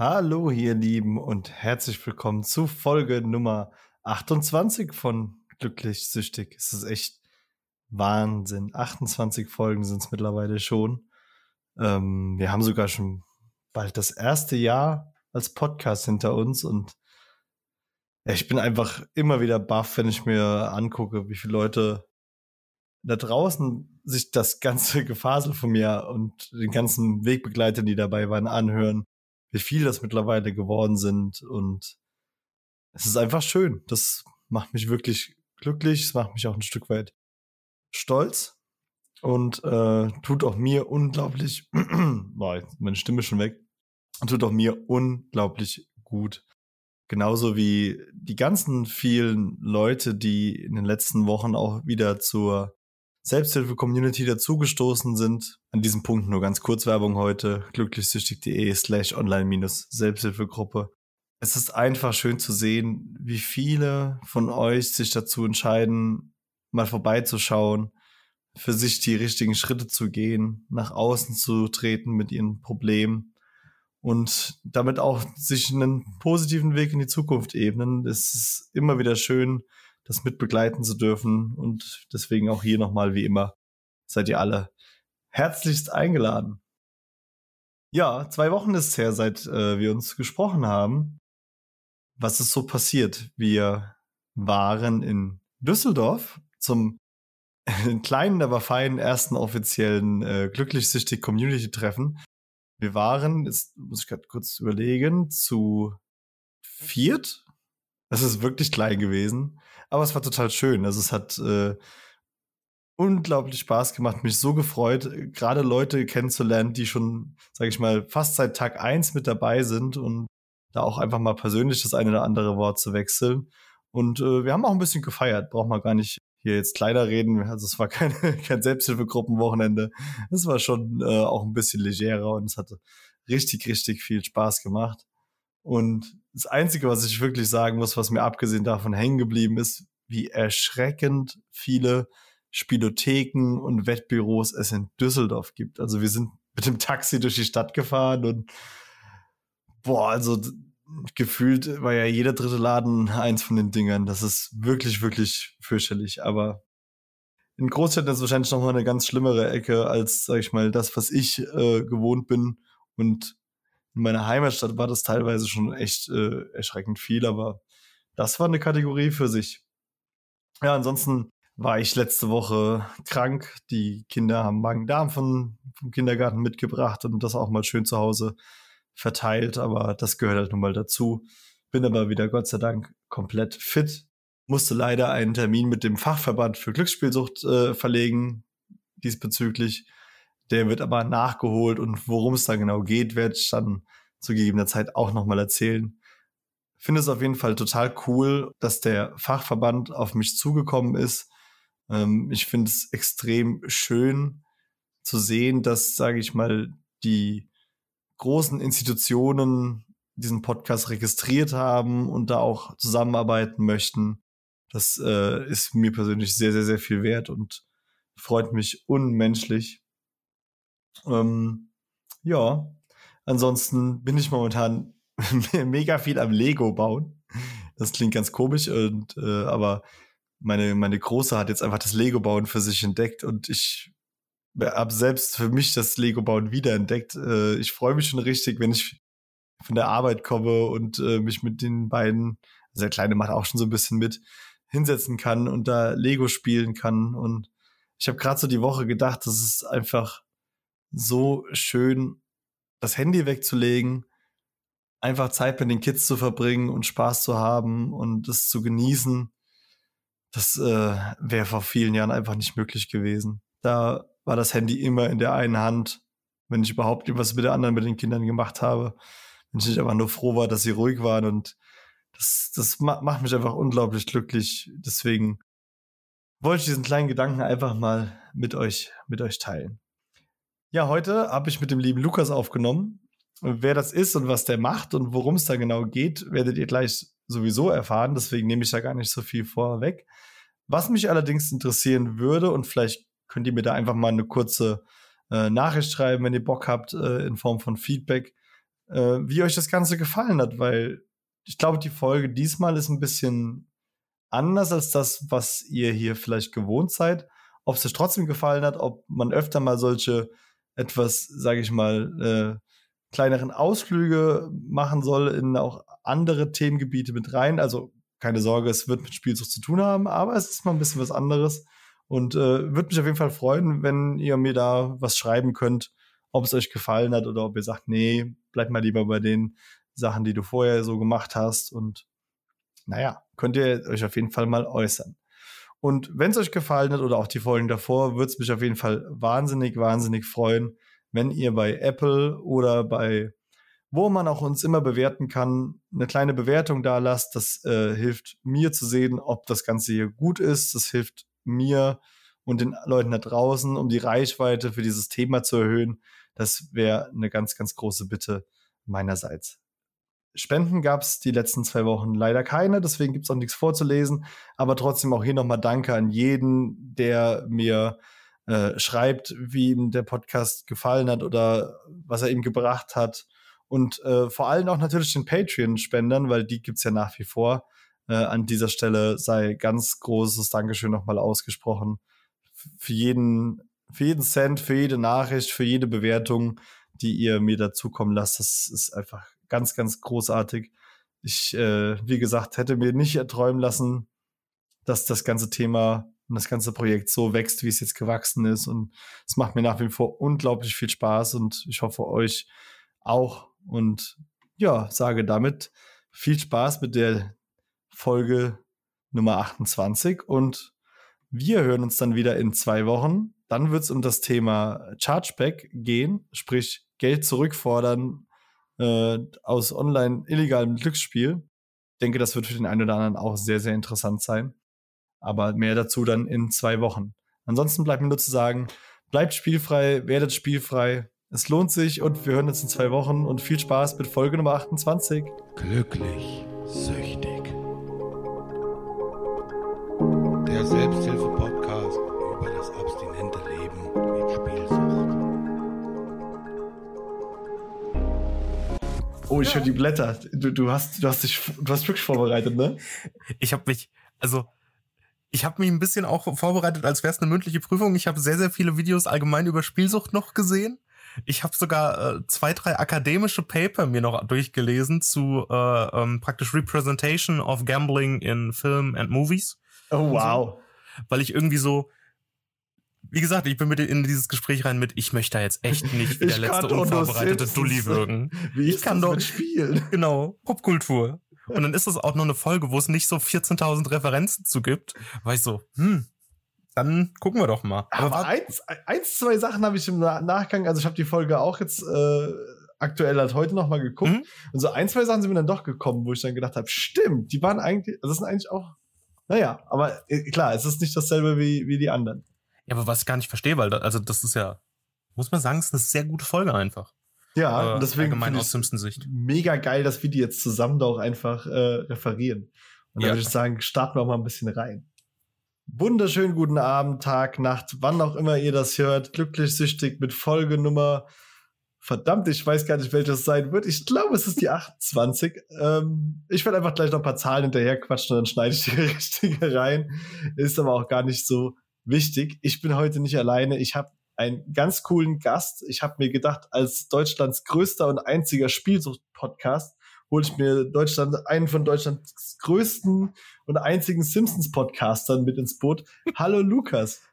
Hallo, ihr Lieben, und herzlich willkommen zu Folge Nummer 28 von Glücklich Süchtig. Es ist echt Wahnsinn. 28 Folgen sind es mittlerweile schon. Wir haben sogar schon bald das erste Jahr als Podcast hinter uns und ja, ich bin einfach immer wieder baff, wenn ich mir angucke, wie viele Leute da draußen sich das ganze Gefasel von mir und den ganzen Wegbegleitern, die dabei waren, anhören, wie viel das mittlerweile geworden sind. Und es ist einfach schön. Das macht mich wirklich glücklich. Es macht mich auch ein Stück weit stolz und tut auch mir unglaublich, boah, jetzt meine Stimme ist schon weg, tut auch mir unglaublich gut. Genauso wie die ganzen vielen Leute, die in den letzten Wochen auch wieder zur Selbsthilfe-Community dazugestoßen sind. An diesem Punkt nur ganz kurz Werbung heute. glücklichsüchtig.de/online-Selbsthilfegruppe. Es ist einfach schön zu sehen, wie viele von euch sich dazu entscheiden, mal vorbeizuschauen, für sich die richtigen Schritte zu gehen, nach außen zu treten mit ihren Problemen und damit auch sich einen positiven Weg in die Zukunft ebnen. Es ist immer wieder schön, das mit begleiten zu dürfen, und deswegen auch hier nochmal wie immer seid ihr alle herzlichst eingeladen. Ja, 2 Wochen ist es her, seit wir uns gesprochen haben. Was ist so passiert? Wir waren in Düsseldorf zum kleinen, aber feinen ersten offiziellen Glücklich-Süchtig Community-Treffen. Wir waren, jetzt muss ich gerade kurz überlegen, zu viert. Das ist wirklich klein gewesen, aber es war total schön. Also es hat unglaublich Spaß gemacht, mich so gefreut, gerade Leute kennenzulernen, die schon, sage ich mal, fast seit Tag 1 mit dabei sind und da auch einfach mal persönlich das eine oder andere Wort zu wechseln. Und wir haben auch ein bisschen gefeiert, braucht man gar nicht hier jetzt kleiner reden. Also es war kein Selbsthilfegruppenwochenende. Es war schon auch ein bisschen legerer und es hatte richtig, richtig viel Spaß gemacht. Und das Einzige, was ich wirklich sagen muss, was mir abgesehen davon hängen geblieben ist, wie erschreckend viele Spielotheken und Wettbüros es in Düsseldorf gibt. Also wir sind mit dem Taxi durch die Stadt gefahren und also gefühlt war ja jeder dritte Laden eins von den Dingern. Das ist wirklich, wirklich fürchterlich. Aber in Großstädten ist es wahrscheinlich noch mal eine ganz schlimmere Ecke als, sag ich mal, das, was ich gewohnt bin. Und in meiner Heimatstadt war das teilweise schon echt erschreckend viel, aber das war eine Kategorie für sich. Ja, ansonsten war ich letzte Woche krank. Die Kinder haben Magen-Darm vom Kindergarten mitgebracht und das auch mal schön zu Hause verteilt, aber das gehört halt nun mal dazu. Bin aber wieder Gott sei Dank komplett fit. Musste leider einen Termin mit dem Fachverband für Glücksspielsucht verlegen diesbezüglich. Der wird aber nachgeholt und worum es da genau geht, werde ich dann zu gegebener Zeit auch nochmal erzählen. Finde es auf jeden Fall total cool, dass der Fachverband auf mich zugekommen ist. Ich finde es extrem schön zu sehen, dass, sage ich mal, die großen Institutionen diesen Podcast registriert haben und da auch zusammenarbeiten möchten. Das ist mir persönlich sehr, sehr, sehr viel wert und freut mich unmenschlich. Ja, ansonsten bin ich momentan mega viel am Lego bauen. Das klingt ganz komisch, aber meine Große hat jetzt einfach das Lego-Bauen für sich entdeckt und ich habe selbst für mich das Lego-Bauen wiederentdeckt. Ich freue mich schon richtig, wenn ich von der Arbeit komme und mich mit den beiden, also der Kleine macht auch schon so ein bisschen mit, hinsetzen kann und da Lego spielen kann. Und ich habe gerade so die Woche gedacht, das ist einfach so schön, das Handy wegzulegen, einfach Zeit mit den Kids zu verbringen und Spaß zu haben und es zu genießen. Das wäre vor vielen Jahren einfach nicht möglich gewesen. Da war das Handy immer in der einen Hand, wenn ich überhaupt etwas mit der anderen mit den Kindern gemacht habe. Wenn ich nicht einfach nur froh war, dass sie ruhig waren. Und das macht mich einfach unglaublich glücklich. Deswegen wollte ich diesen kleinen Gedanken einfach mal mit euch teilen. Ja, heute habe ich mit dem lieben Lukas aufgenommen. Und wer das ist und was der macht und worum es da genau geht, werdet ihr gleich sowieso erfahren. Deswegen nehme ich da gar nicht so viel vorweg. Was mich allerdings interessieren würde, und vielleicht könnt ihr mir da einfach mal eine kurze Nachricht schreiben, wenn ihr Bock habt, in Form von Feedback, wie euch das Ganze gefallen hat, weil ich glaube, die Folge diesmal ist ein bisschen anders als das, was ihr hier vielleicht gewohnt seid. Ob es euch trotzdem gefallen hat, ob man öfter mal solche etwas, sage ich mal, kleineren Ausflüge machen soll in auch andere Themengebiete mit rein. Also keine Sorge, es wird mit Spielsucht zu tun haben, aber es ist mal ein bisschen was anderes. Und würde mich auf jeden Fall freuen, wenn ihr mir da was schreiben könnt, ob es euch gefallen hat oder ob ihr sagt, nee, bleibt mal lieber bei den Sachen, die du vorher so gemacht hast. Und naja, könnt ihr euch auf jeden Fall mal äußern. Und wenn es euch gefallen hat oder auch die Folgen davor, würde es mich auf jeden Fall wahnsinnig, wahnsinnig freuen, wenn ihr bei Apple oder bei wo man auch uns immer bewerten kann, eine kleine Bewertung da lasst. Das hilft mir zu sehen, ob das Ganze hier gut ist. Das hilft mir und den Leuten da draußen, um die Reichweite für dieses Thema zu erhöhen. Das wäre eine ganz, ganz große Bitte meinerseits. Spenden gab es die letzten 2 Wochen leider keine, deswegen gibt es auch nichts vorzulesen. Aber trotzdem auch hier nochmal Danke an jeden, der mir schreibt, wie ihm der Podcast gefallen hat oder was er ihm gebracht hat. Und vor allem auch natürlich den Patreon-Spendern, weil die gibt's ja nach wie vor. An dieser Stelle sei ganz großes Dankeschön nochmal ausgesprochen. Für jeden Cent, für jede Nachricht, für jede Bewertung, die ihr mir dazukommen lasst. Das ist einfach ganz, ganz großartig. Ich, wie gesagt, hätte mir nicht erträumen lassen, dass das ganze Thema und das ganze Projekt so wächst, wie es jetzt gewachsen ist. Und es macht mir nach wie vor unglaublich viel Spaß und ich hoffe euch auch. Und ja, sage damit viel Spaß mit der Folge Nummer 28 und wir hören uns dann wieder in 2 Wochen. Dann wird es um das Thema Chargeback gehen, sprich Geld zurückfordern aus online illegalem Glücksspiel. Ich denke, das wird für den einen oder anderen auch sehr, sehr interessant sein. Aber mehr dazu dann in 2 Wochen. Ansonsten bleibt mir nur zu sagen, bleibt spielfrei, werdet spielfrei. Es lohnt sich und wir hören uns in 2 Wochen und viel Spaß mit Folge Nummer 28. Glücklich süchtig. Der Selbsthilfe-Podcast über das abstinente Leben mit Spielsucht. Oh, ich höre die Blätter. Du hast wirklich vorbereitet, ne? Ich habe mich ein bisschen auch vorbereitet, als wäre es eine mündliche Prüfung. Ich habe sehr, sehr viele Videos allgemein über Spielsucht noch gesehen. Ich habe sogar 2, 3 akademische Paper mir noch durchgelesen zu praktisch Representation of Gambling in Film and Movies. Oh, wow. So, weil ich irgendwie so, wie gesagt, ich bin mit in dieses Gespräch rein mit, ich möchte da jetzt echt nicht wie der letzte unvorbereitete Dulli wirken. Wie ist das mit Spielen? Genau, Popkultur. Und dann ist es auch noch eine Folge, wo es nicht so 14.000 Referenzen zu gibt. War ich so, dann gucken wir doch mal. Aber zwei Sachen habe ich im Nachgang, also ich habe die Folge auch jetzt aktuell halt heute noch mal geguckt. Und so 2 Sachen sind mir dann doch gekommen, wo ich dann gedacht habe, stimmt, die waren eigentlich, also das sind eigentlich auch, naja, aber klar, es ist nicht dasselbe wie die anderen. Ja, aber was ich gar nicht verstehe, weil das ist ja, muss man sagen, ist eine sehr gute Folge einfach. Ja, und deswegen allgemein aus Simpsons-Sicht. Mega geil, dass wir die jetzt zusammen da auch einfach referieren. Und dann würde ich sagen, starten wir auch mal ein bisschen rein. Wunderschönen guten Abend, Tag, Nacht, wann auch immer ihr das hört. Glücklich süchtig mit Folge Nummer, verdammt, ich weiß gar nicht, welches sein wird. Ich glaube, es ist die 28. Ich werde einfach gleich noch ein paar Zahlen hinterher quatschen und dann schneide ich die richtige rein. Ist aber auch gar nicht so wichtig. Ich bin heute nicht alleine. Ich habe einen ganz coolen Gast. Ich habe mir gedacht, als Deutschlands größter und einziger Spielsucht-Podcast hole ich mir einen von Deutschlands größten und einzigen Simpsons-Podcastern mit ins Boot. Hallo Lukas.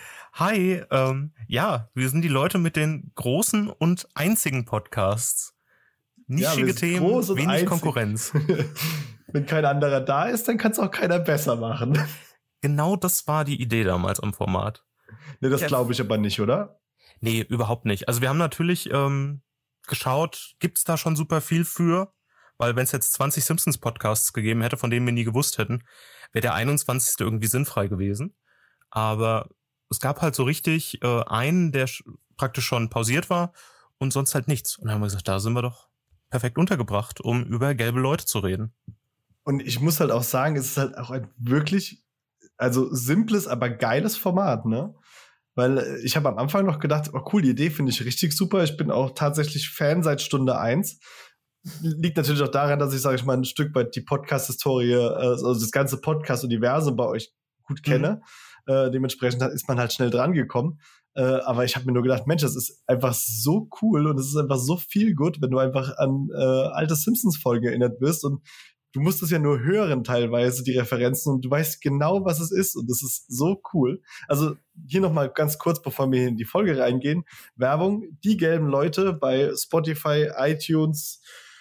Hi, ja, wir sind die Leute mit den großen und einzigen Podcasts. Nischige Themen, wenig einzig. Konkurrenz. Wenn kein anderer da ist, dann kann es auch keiner besser machen. Genau das war die Idee damals am Format. Ne, das glaube ich aber nicht, oder? Nee, überhaupt nicht. Also wir haben natürlich geschaut, gibt's da schon super viel für? Weil wenn es jetzt 20 Simpsons-Podcasts gegeben hätte, von denen wir nie gewusst hätten, wäre der 21. irgendwie sinnfrei gewesen. Aber es gab halt so richtig einen, der praktisch schon pausiert war und sonst halt nichts. Und dann haben wir gesagt, da sind wir doch perfekt untergebracht, um über gelbe Leute zu reden. Und ich muss halt auch sagen, es ist halt auch ein wirklich, also simples, aber geiles Format, ne? Weil ich habe am Anfang noch gedacht, oh cool, die Idee finde ich richtig super. Ich bin auch tatsächlich Fan seit Stunde 1. liegt natürlich auch daran, dass ich, sage ich mal, ein Stück weit die Podcast-Historie, also das ganze Podcast-Universum bei euch gut kenne. Dementsprechend ist man halt schnell dran gekommen. Aber ich habe mir nur gedacht, Mensch, das ist einfach so cool und es ist einfach so viel gut, wenn du einfach an alte Simpsons-Folgen erinnert wirst und du musst es ja nur hören teilweise, die Referenzen, und du weißt genau, was es ist und das ist so cool. Also hier nochmal ganz kurz, bevor wir in die Folge reingehen, Werbung, die gelben Leute bei Spotify, iTunes,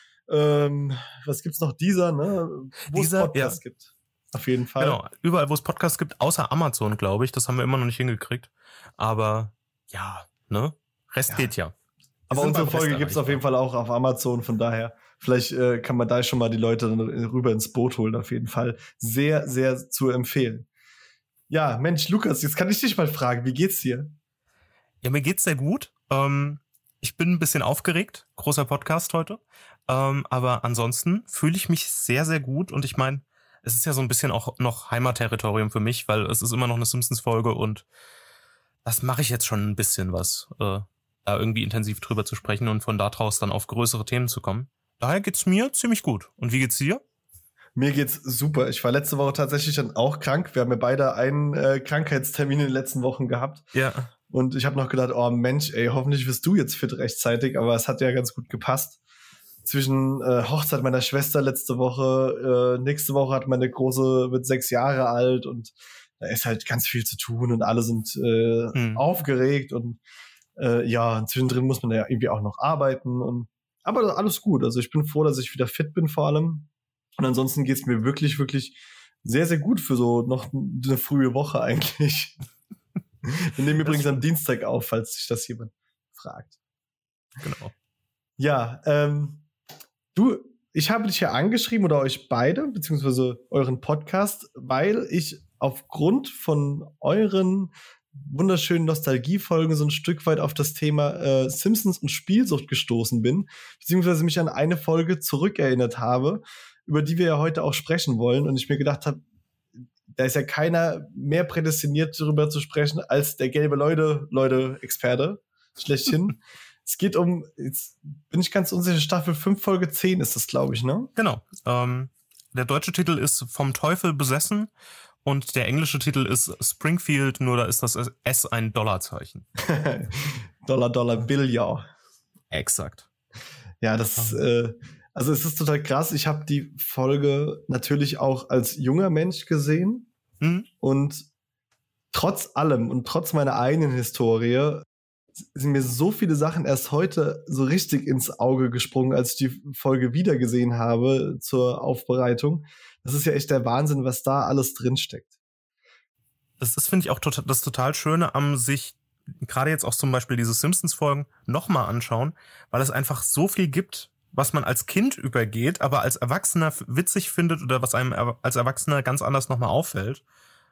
was gibt's noch? Deezer, ne? Wo es Podcasts gibt. Auf jeden Fall. Genau, überall, wo es Podcasts gibt, außer Amazon, glaube ich. Das haben wir immer noch nicht hingekriegt. Aber ja, ne? Rest geht ja. Aber unsere Folge gibt's auf jeden Fall auch auf Amazon, von daher vielleicht kann man da schon mal die Leute rüber ins Boot holen, auf jeden Fall. Sehr, sehr zu empfehlen. Ja, Mensch, Lukas, jetzt kann ich dich mal fragen, wie geht's dir? Ja, mir geht's sehr gut. Ich bin ein bisschen aufgeregt, großer Podcast heute. Aber ansonsten fühle ich mich sehr, sehr gut. Und ich meine, es ist ja so ein bisschen auch noch Heimatterritorium für mich, weil es ist immer noch eine Simpsons-Folge und das mache ich jetzt schon ein bisschen was, da irgendwie intensiv drüber zu sprechen und von da draus dann auf größere Themen zu kommen. Daher geht's mir ziemlich gut. Und wie geht's dir? Mir geht's super. Ich war letzte Woche tatsächlich dann auch krank. Wir haben ja beide einen Krankheitstermin in den letzten Wochen gehabt. Ja. Und ich habe noch gedacht, oh Mensch, ey, hoffentlich wirst du jetzt fit rechtzeitig. Aber es hat ja ganz gut gepasst. Zwischen Hochzeit meiner Schwester letzte Woche, nächste Woche wird 6 Jahre alt und da ist halt ganz viel zu tun und alle sind aufgeregt und zwischendrin muss man ja irgendwie auch noch arbeiten aber alles gut. Also ich bin froh, dass ich wieder fit bin vor allem. Und ansonsten geht's mir wirklich, wirklich sehr, sehr gut für so noch eine frühe Woche eigentlich. Wir nehmen übrigens am Dienstag auf, falls sich das jemand fragt. Genau. Ja, ich habe dich ja angeschrieben oder euch beide, beziehungsweise euren Podcast, weil ich aufgrund von euren wunderschönen Nostalgiefolgen so ein Stück weit auf das Thema Simpsons und Spielsucht gestoßen bin, beziehungsweise mich an eine Folge zurückerinnert habe, über die wir ja heute auch sprechen wollen und ich mir gedacht habe, da ist ja keiner mehr prädestiniert, darüber zu sprechen, als der gelbe Leute-Experte schlechthin. Es geht um, jetzt bin ich ganz unsicher, Staffel 5, Folge 10 ist das, glaube ich, ne? Genau. Der deutsche Titel ist Vom Teufel besessen und der englische Titel ist Springfield, nur da ist das S ein Dollarzeichen. Dollar, Bill, ja. Exakt. Ja, also es ist total krass. Ich habe die Folge natürlich auch als junger Mensch gesehen und trotz allem und trotz meiner eigenen Historie sind mir so viele Sachen erst heute so richtig ins Auge gesprungen, als ich die Folge wieder gesehen habe zur Aufbereitung. Das ist ja echt der Wahnsinn, was da alles drinsteckt. Das ist, finde ich, auch das total Schöne am sich gerade jetzt auch zum Beispiel diese Simpsons-Folgen nochmal anschauen, weil es einfach so viel gibt, was man als Kind übergeht, aber als Erwachsener witzig findet oder was einem als Erwachsener ganz anders nochmal auffällt.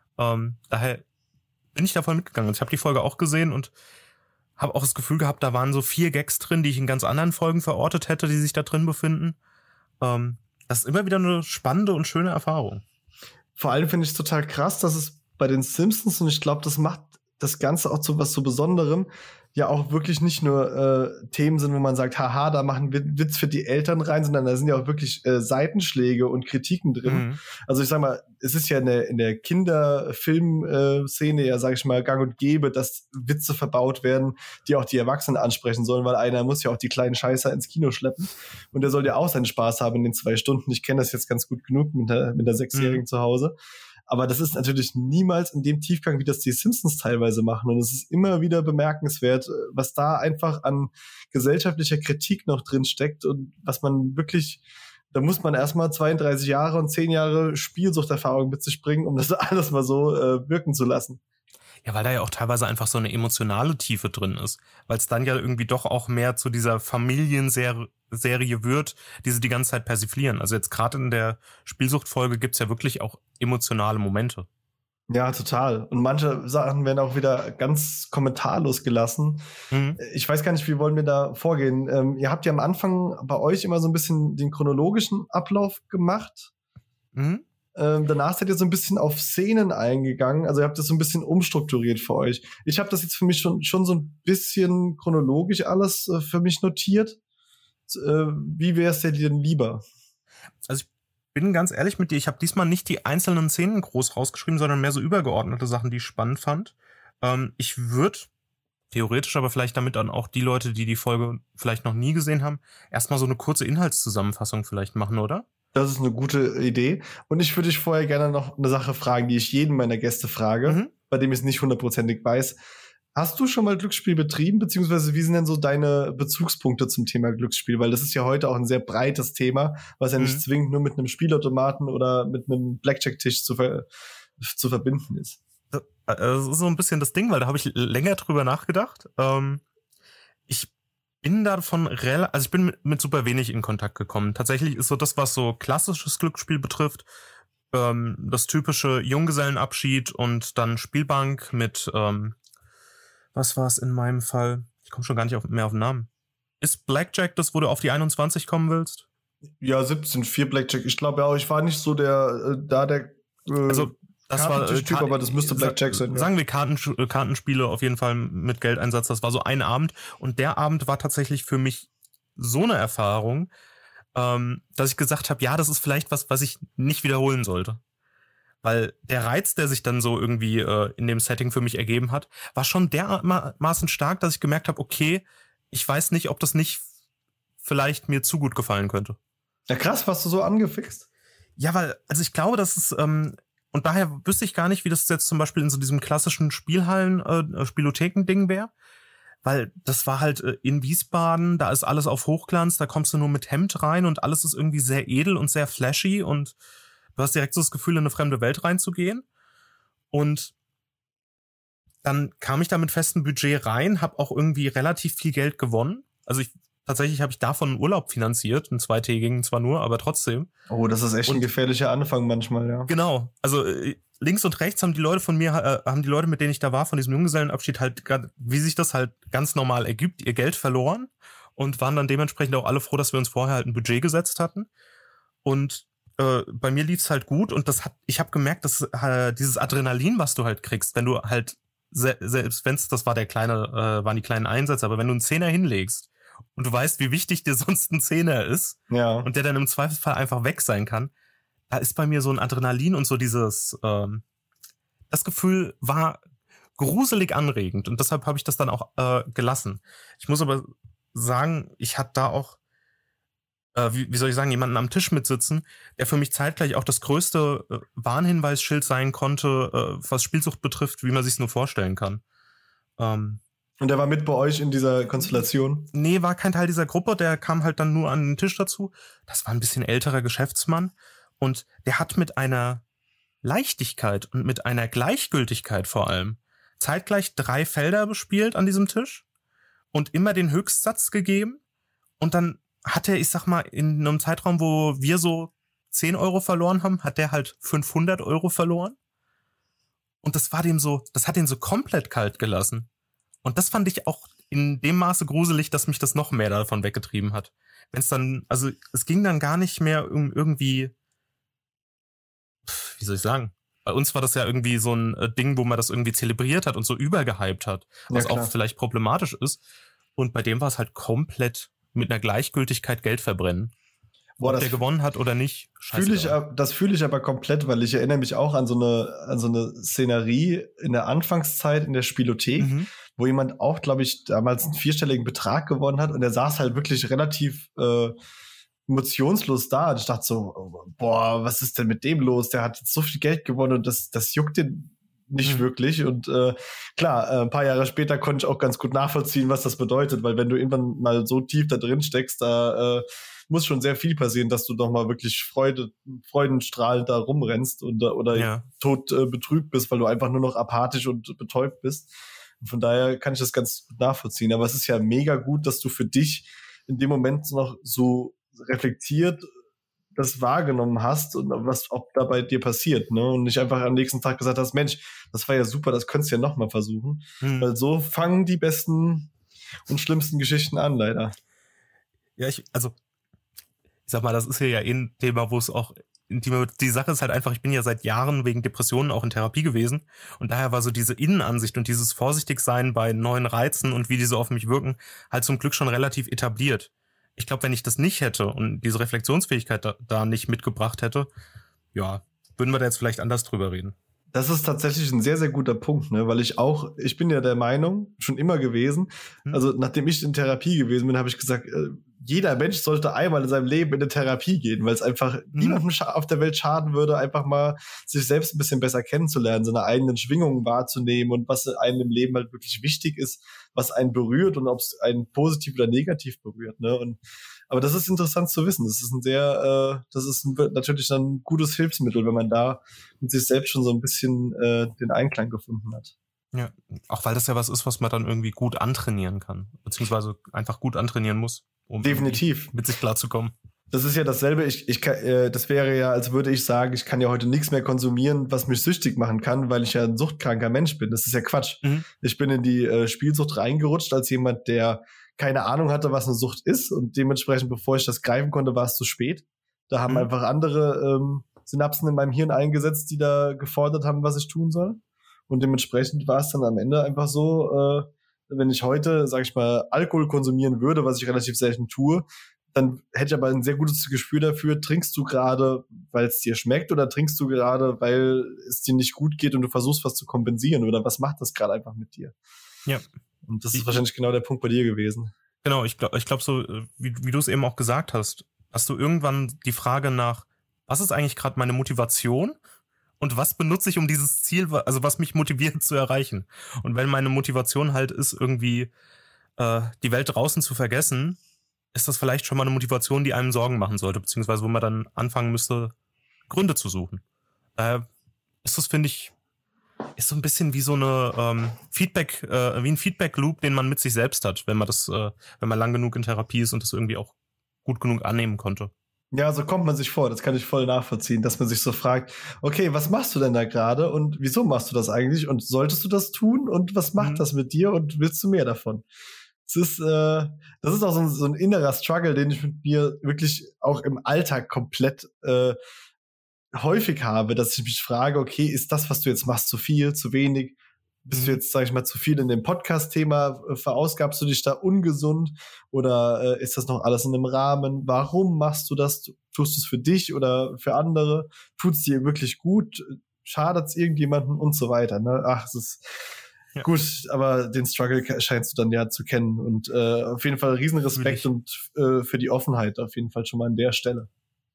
Daher bin ich da voll mitgegangen. Ich habe die Folge auch gesehen und habe auch das Gefühl gehabt, da waren so 4 Gags drin, die ich in ganz anderen Folgen verortet hätte, die sich da drin befinden. Das ist immer wieder eine spannende und schöne Erfahrung. Vor allem finde ich es total krass, dass es bei den Simpsons, und ich glaube, das macht das Ganze auch zu was so Besonderem, ja auch wirklich nicht nur Themen sind, wo man sagt, haha, da machen wir Witz für die Eltern rein, sondern da sind ja auch wirklich Seitenschläge und Kritiken drin. Also ich sag mal, es ist ja in der Kinderfilm-Szene ja, sag ich mal, gang und gäbe, dass Witze verbaut werden, die auch die Erwachsenen ansprechen sollen, weil einer muss ja auch die kleinen Scheißer ins Kino schleppen und der soll ja auch seinen Spaß haben in den 2 Stunden. Ich kenne das jetzt ganz gut genug mit der 6-Jährigen zu Hause. Aber das ist natürlich niemals in dem Tiefgang, wie das die Simpsons teilweise machen. Und es ist immer wieder bemerkenswert, was da einfach an gesellschaftlicher Kritik noch drin steckt und was man wirklich, da muss man erstmal 32 Jahre und 10 Jahre Spielsuchterfahrung mit sich bringen, um das alles mal so wirken zu lassen. Ja, weil da ja auch teilweise einfach so eine emotionale Tiefe drin ist. Weil es dann ja irgendwie doch auch mehr zu dieser Familienserie wird, die sie die ganze Zeit persiflieren. Also jetzt gerade in der Spielsuchtfolge gibt's ja wirklich auch emotionale Momente. Ja, total. Und manche Sachen werden auch wieder ganz kommentarlos gelassen. Ich weiß gar nicht, wie wollen wir da vorgehen. Ihr habt ja am Anfang bei euch immer so ein bisschen den chronologischen Ablauf gemacht. Danach seid ihr so ein bisschen auf Szenen eingegangen. Also ihr habt das so ein bisschen umstrukturiert für euch. Ich habe das jetzt für mich schon so ein bisschen chronologisch alles für mich notiert. wie wäre es dir denn lieber? Also ich bin ganz ehrlich mit dir, ich habe diesmal nicht die einzelnen Szenen groß rausgeschrieben, sondern mehr so übergeordnete Sachen, die ich spannend fand. Ich würde theoretisch, aber vielleicht damit dann auch die Leute, die die Folge vielleicht noch nie gesehen haben, erstmal so eine kurze Inhaltszusammenfassung vielleicht machen, oder? Das ist eine gute Idee. Und ich würde dich vorher gerne noch eine Sache fragen, die ich jeden meiner Gäste frage, bei dem ich es nicht hundertprozentig weiß. Hast du schon mal Glücksspiel betrieben, beziehungsweise wie sind denn so deine Bezugspunkte zum Thema Glücksspiel? Weil das ist ja heute auch ein sehr breites Thema, was ja nicht zwingend nur mit einem Spielautomaten oder mit einem Blackjack-Tisch zu verbinden ist. Das ist so ein bisschen das Ding, weil da habe ich länger drüber nachgedacht. Ich bin davon also ich bin mit super wenig in Kontakt gekommen. Tatsächlich ist so das, was so klassisches Glücksspiel betrifft, das typische Junggesellenabschied und dann Spielbank mit, was war es in meinem Fall? Ich komme schon gar nicht mehr auf den Namen. Ist Blackjack das, wo du auf die 21 kommen willst? Ja, 17,4 Blackjack. Ich glaube auch, ich war nicht so der also das war Typ, aber das müsste Blackjack sein. Sagen wir Kartenspiele auf jeden Fall mit Geldeinsatz. Das war so ein Abend. Und der Abend war tatsächlich für mich so eine Erfahrung, dass ich gesagt habe, ja, das ist vielleicht was ich nicht wiederholen sollte. Weil der Reiz, der sich dann so irgendwie in dem Setting für mich ergeben hat, war schon dermaßen stark, dass ich gemerkt habe, okay, ich weiß nicht, ob das nicht vielleicht mir zu gut gefallen könnte. Ja, krass, warst du so angefixt? Ja, weil, also ich glaube, dass es und daher wüsste ich gar nicht, wie das jetzt zum Beispiel in so diesem klassischen Spielotheken-Ding wäre. Weil das war halt in Wiesbaden, da ist alles auf Hochglanz, da kommst du nur mit Hemd rein und alles ist irgendwie sehr edel und sehr flashy und du hast direkt so das Gefühl, in eine fremde Welt reinzugehen. Und dann kam ich da mit festem Budget rein, habe auch irgendwie relativ viel Geld gewonnen. Also tatsächlich habe ich davon einen Urlaub finanziert, einen zweitägigen zwar nur, aber trotzdem. Oh, das ist echt ein gefährlicher Anfang manchmal, ja. Genau, also links und rechts haben die Leute von mir, haben die Leute, mit denen ich da war, von diesem Junggesellenabschied halt, wie sich das halt ganz normal ergibt, ihr Geld verloren und waren dann dementsprechend auch alle froh, dass wir uns vorher halt ein Budget gesetzt hatten. Und bei mir lief's halt gut und ich habe gemerkt, dass dieses Adrenalin, was du halt kriegst, wenn du halt, selbst wenn's, das war waren die kleinen Einsätze, aber wenn du einen Zehner hinlegst, und du weißt, wie wichtig dir sonst ein Zehner ist und der dann im Zweifelsfall einfach weg sein kann, da ist bei mir so ein Adrenalin und so dieses, das Gefühl war gruselig anregend und deshalb habe ich das dann auch gelassen. Ich muss aber sagen, ich hatte da auch, wie soll ich sagen, jemanden am Tisch mitsitzen, der für mich zeitgleich auch das größte Warnhinweisschild sein konnte, was Spielsucht betrifft, wie man sich's nur vorstellen kann. Und der war mit bei euch in dieser Konstellation? Nee, war kein Teil dieser Gruppe, der kam halt dann nur an den Tisch dazu. Das war ein bisschen älterer Geschäftsmann und der hat mit einer Leichtigkeit und mit einer Gleichgültigkeit vor allem zeitgleich 3 Felder bespielt an diesem Tisch und immer den Höchstsatz gegeben und dann hat er, ich sag mal, in einem Zeitraum, wo wir so 10 Euro verloren haben, hat der halt 500 Euro verloren und das hat ihn so komplett kalt gelassen. Und das fand ich auch in dem Maße gruselig, dass mich das noch mehr davon weggetrieben hat. Wenn es dann, also es ging dann gar nicht mehr um irgendwie, wie soll ich sagen? Bei uns war das ja irgendwie so ein Ding, wo man das irgendwie zelebriert hat und so übergehypt hat, was auch vielleicht problematisch ist. Und bei dem war es halt komplett mit einer Gleichgültigkeit Geld verbrennen. Boah, ob der gewonnen hat oder nicht, das fühle ich aber komplett, weil ich erinnere mich auch an so eine Szenerie in der Anfangszeit in der Spielothek, wo jemand auch, glaube ich, damals einen 4-stelligen Betrag gewonnen hat und der saß halt wirklich relativ emotionslos da. Und ich dachte so, boah, was ist denn mit dem los? Der hat jetzt so viel Geld gewonnen und das juckt den nicht wirklich. Und klar, ein paar Jahre später konnte ich auch ganz gut nachvollziehen, was das bedeutet, weil wenn du irgendwann mal so tief da drin steckst, da muss schon sehr viel passieren, dass du doch mal wirklich freudenstrahlend da rumrennst oder tot betrübt bist, weil du einfach nur noch apathisch und betäubt bist. Und von daher kann ich das ganz gut nachvollziehen. Aber es ist ja mega gut, dass du für dich in dem Moment noch so reflektiert das wahrgenommen hast und ob da bei dir passiert, ne? Und nicht einfach am nächsten Tag gesagt hast, Mensch, das war ja super, das könntest du ja nochmal versuchen. Weil so fangen die besten und schlimmsten Geschichten an, leider. Ja, ich sag mal, das ist ja ein Thema, wo es auch die Sache ist halt einfach, ich bin ja seit Jahren wegen Depressionen auch in Therapie gewesen und daher war so diese Innenansicht und dieses Vorsichtigsein bei neuen Reizen und wie die so auf mich wirken, halt zum Glück schon relativ etabliert. ich glaube, wenn ich das nicht hätte und diese Reflexionsfähigkeit da nicht mitgebracht hätte, ja, würden wir da jetzt vielleicht anders drüber reden. Das ist tatsächlich ein sehr, sehr guter Punkt, ne? Weil ich bin ja der Meinung, schon immer gewesen, also nachdem ich in Therapie gewesen bin, habe ich gesagt, jeder Mensch sollte einmal in seinem Leben in eine Therapie gehen, weil es einfach niemandem auf der Welt schaden würde, einfach mal sich selbst ein bisschen besser kennenzulernen, seine eigenen Schwingungen wahrzunehmen und was einem im Leben halt wirklich wichtig ist, was einen berührt und ob es einen positiv oder negativ berührt, ne? Aber das ist interessant zu wissen. Das ist natürlich dann ein gutes Hilfsmittel, wenn man da mit sich selbst schon so ein bisschen den Einklang gefunden hat. Ja, auch weil das ja was ist, was man dann irgendwie gut antrainieren kann, beziehungsweise einfach gut antrainieren muss, um definitiv mit sich klarzukommen. Das ist ja dasselbe. Das wäre ja, als würde ich sagen, ich kann ja heute nichts mehr konsumieren, was mich süchtig machen kann, weil ich ja ein suchtkranker Mensch bin. Das ist ja Quatsch. Ich bin in die Spielsucht reingerutscht als jemand, der keine Ahnung hatte, was eine Sucht ist, und dementsprechend, bevor ich das greifen konnte, war es zu spät. Da haben einfach andere Synapsen in meinem Hirn eingesetzt, die da gefordert haben, was ich tun soll. Und dementsprechend war es dann am Ende einfach so, wenn ich heute, sag ich mal, Alkohol konsumieren würde, was ich relativ selten tue, dann hätte ich aber ein sehr gutes Gespür dafür, trinkst du gerade, weil es dir schmeckt, oder trinkst du gerade, weil es dir nicht gut geht und du versuchst, was zu kompensieren, oder was macht das gerade einfach mit dir? Ja. Und das ist wahrscheinlich genau der Punkt bei dir gewesen. Genau, ich glaub so, wie du es eben auch gesagt hast du irgendwann die Frage nach, was ist eigentlich gerade meine Motivation und was benutze ich, um dieses Ziel, also was mich motiviert zu erreichen. Und wenn meine Motivation halt ist, irgendwie die Welt draußen zu vergessen, ist das vielleicht schon mal eine Motivation, die einem Sorgen machen sollte, beziehungsweise wo man dann anfangen müsste, Gründe zu suchen. Ist das, finde ich, ist so ein bisschen wie so eine wie ein Feedback-Loop, den man mit sich selbst hat, wenn man lang genug in Therapie ist und das irgendwie auch gut genug annehmen konnte. Ja, so kommt man sich vor, das kann ich voll nachvollziehen, dass man sich so fragt, okay, was machst du denn da gerade und wieso machst du das eigentlich und solltest du das tun und was macht das mit dir und willst du mehr davon? Das ist auch so ein innerer Struggle, den ich mit mir wirklich auch im Alltag komplett häufig habe, dass ich mich frage, okay, ist das, was du jetzt machst, zu viel, zu wenig? Bist du jetzt, sag ich mal, zu viel in dem Podcast-Thema? Verausgabst du dich da ungesund? Oder ist das noch alles in einem Rahmen? Warum machst du das? Tust du es für dich oder für andere? Tut es dir wirklich gut? Schadet es irgendjemandem? Und so weiter. Ne? Ach, es ist gut, aber den Struggle scheinst du dann ja zu kennen. Und auf jeden Fall riesen Respekt und für die Offenheit auf jeden Fall schon mal an der Stelle.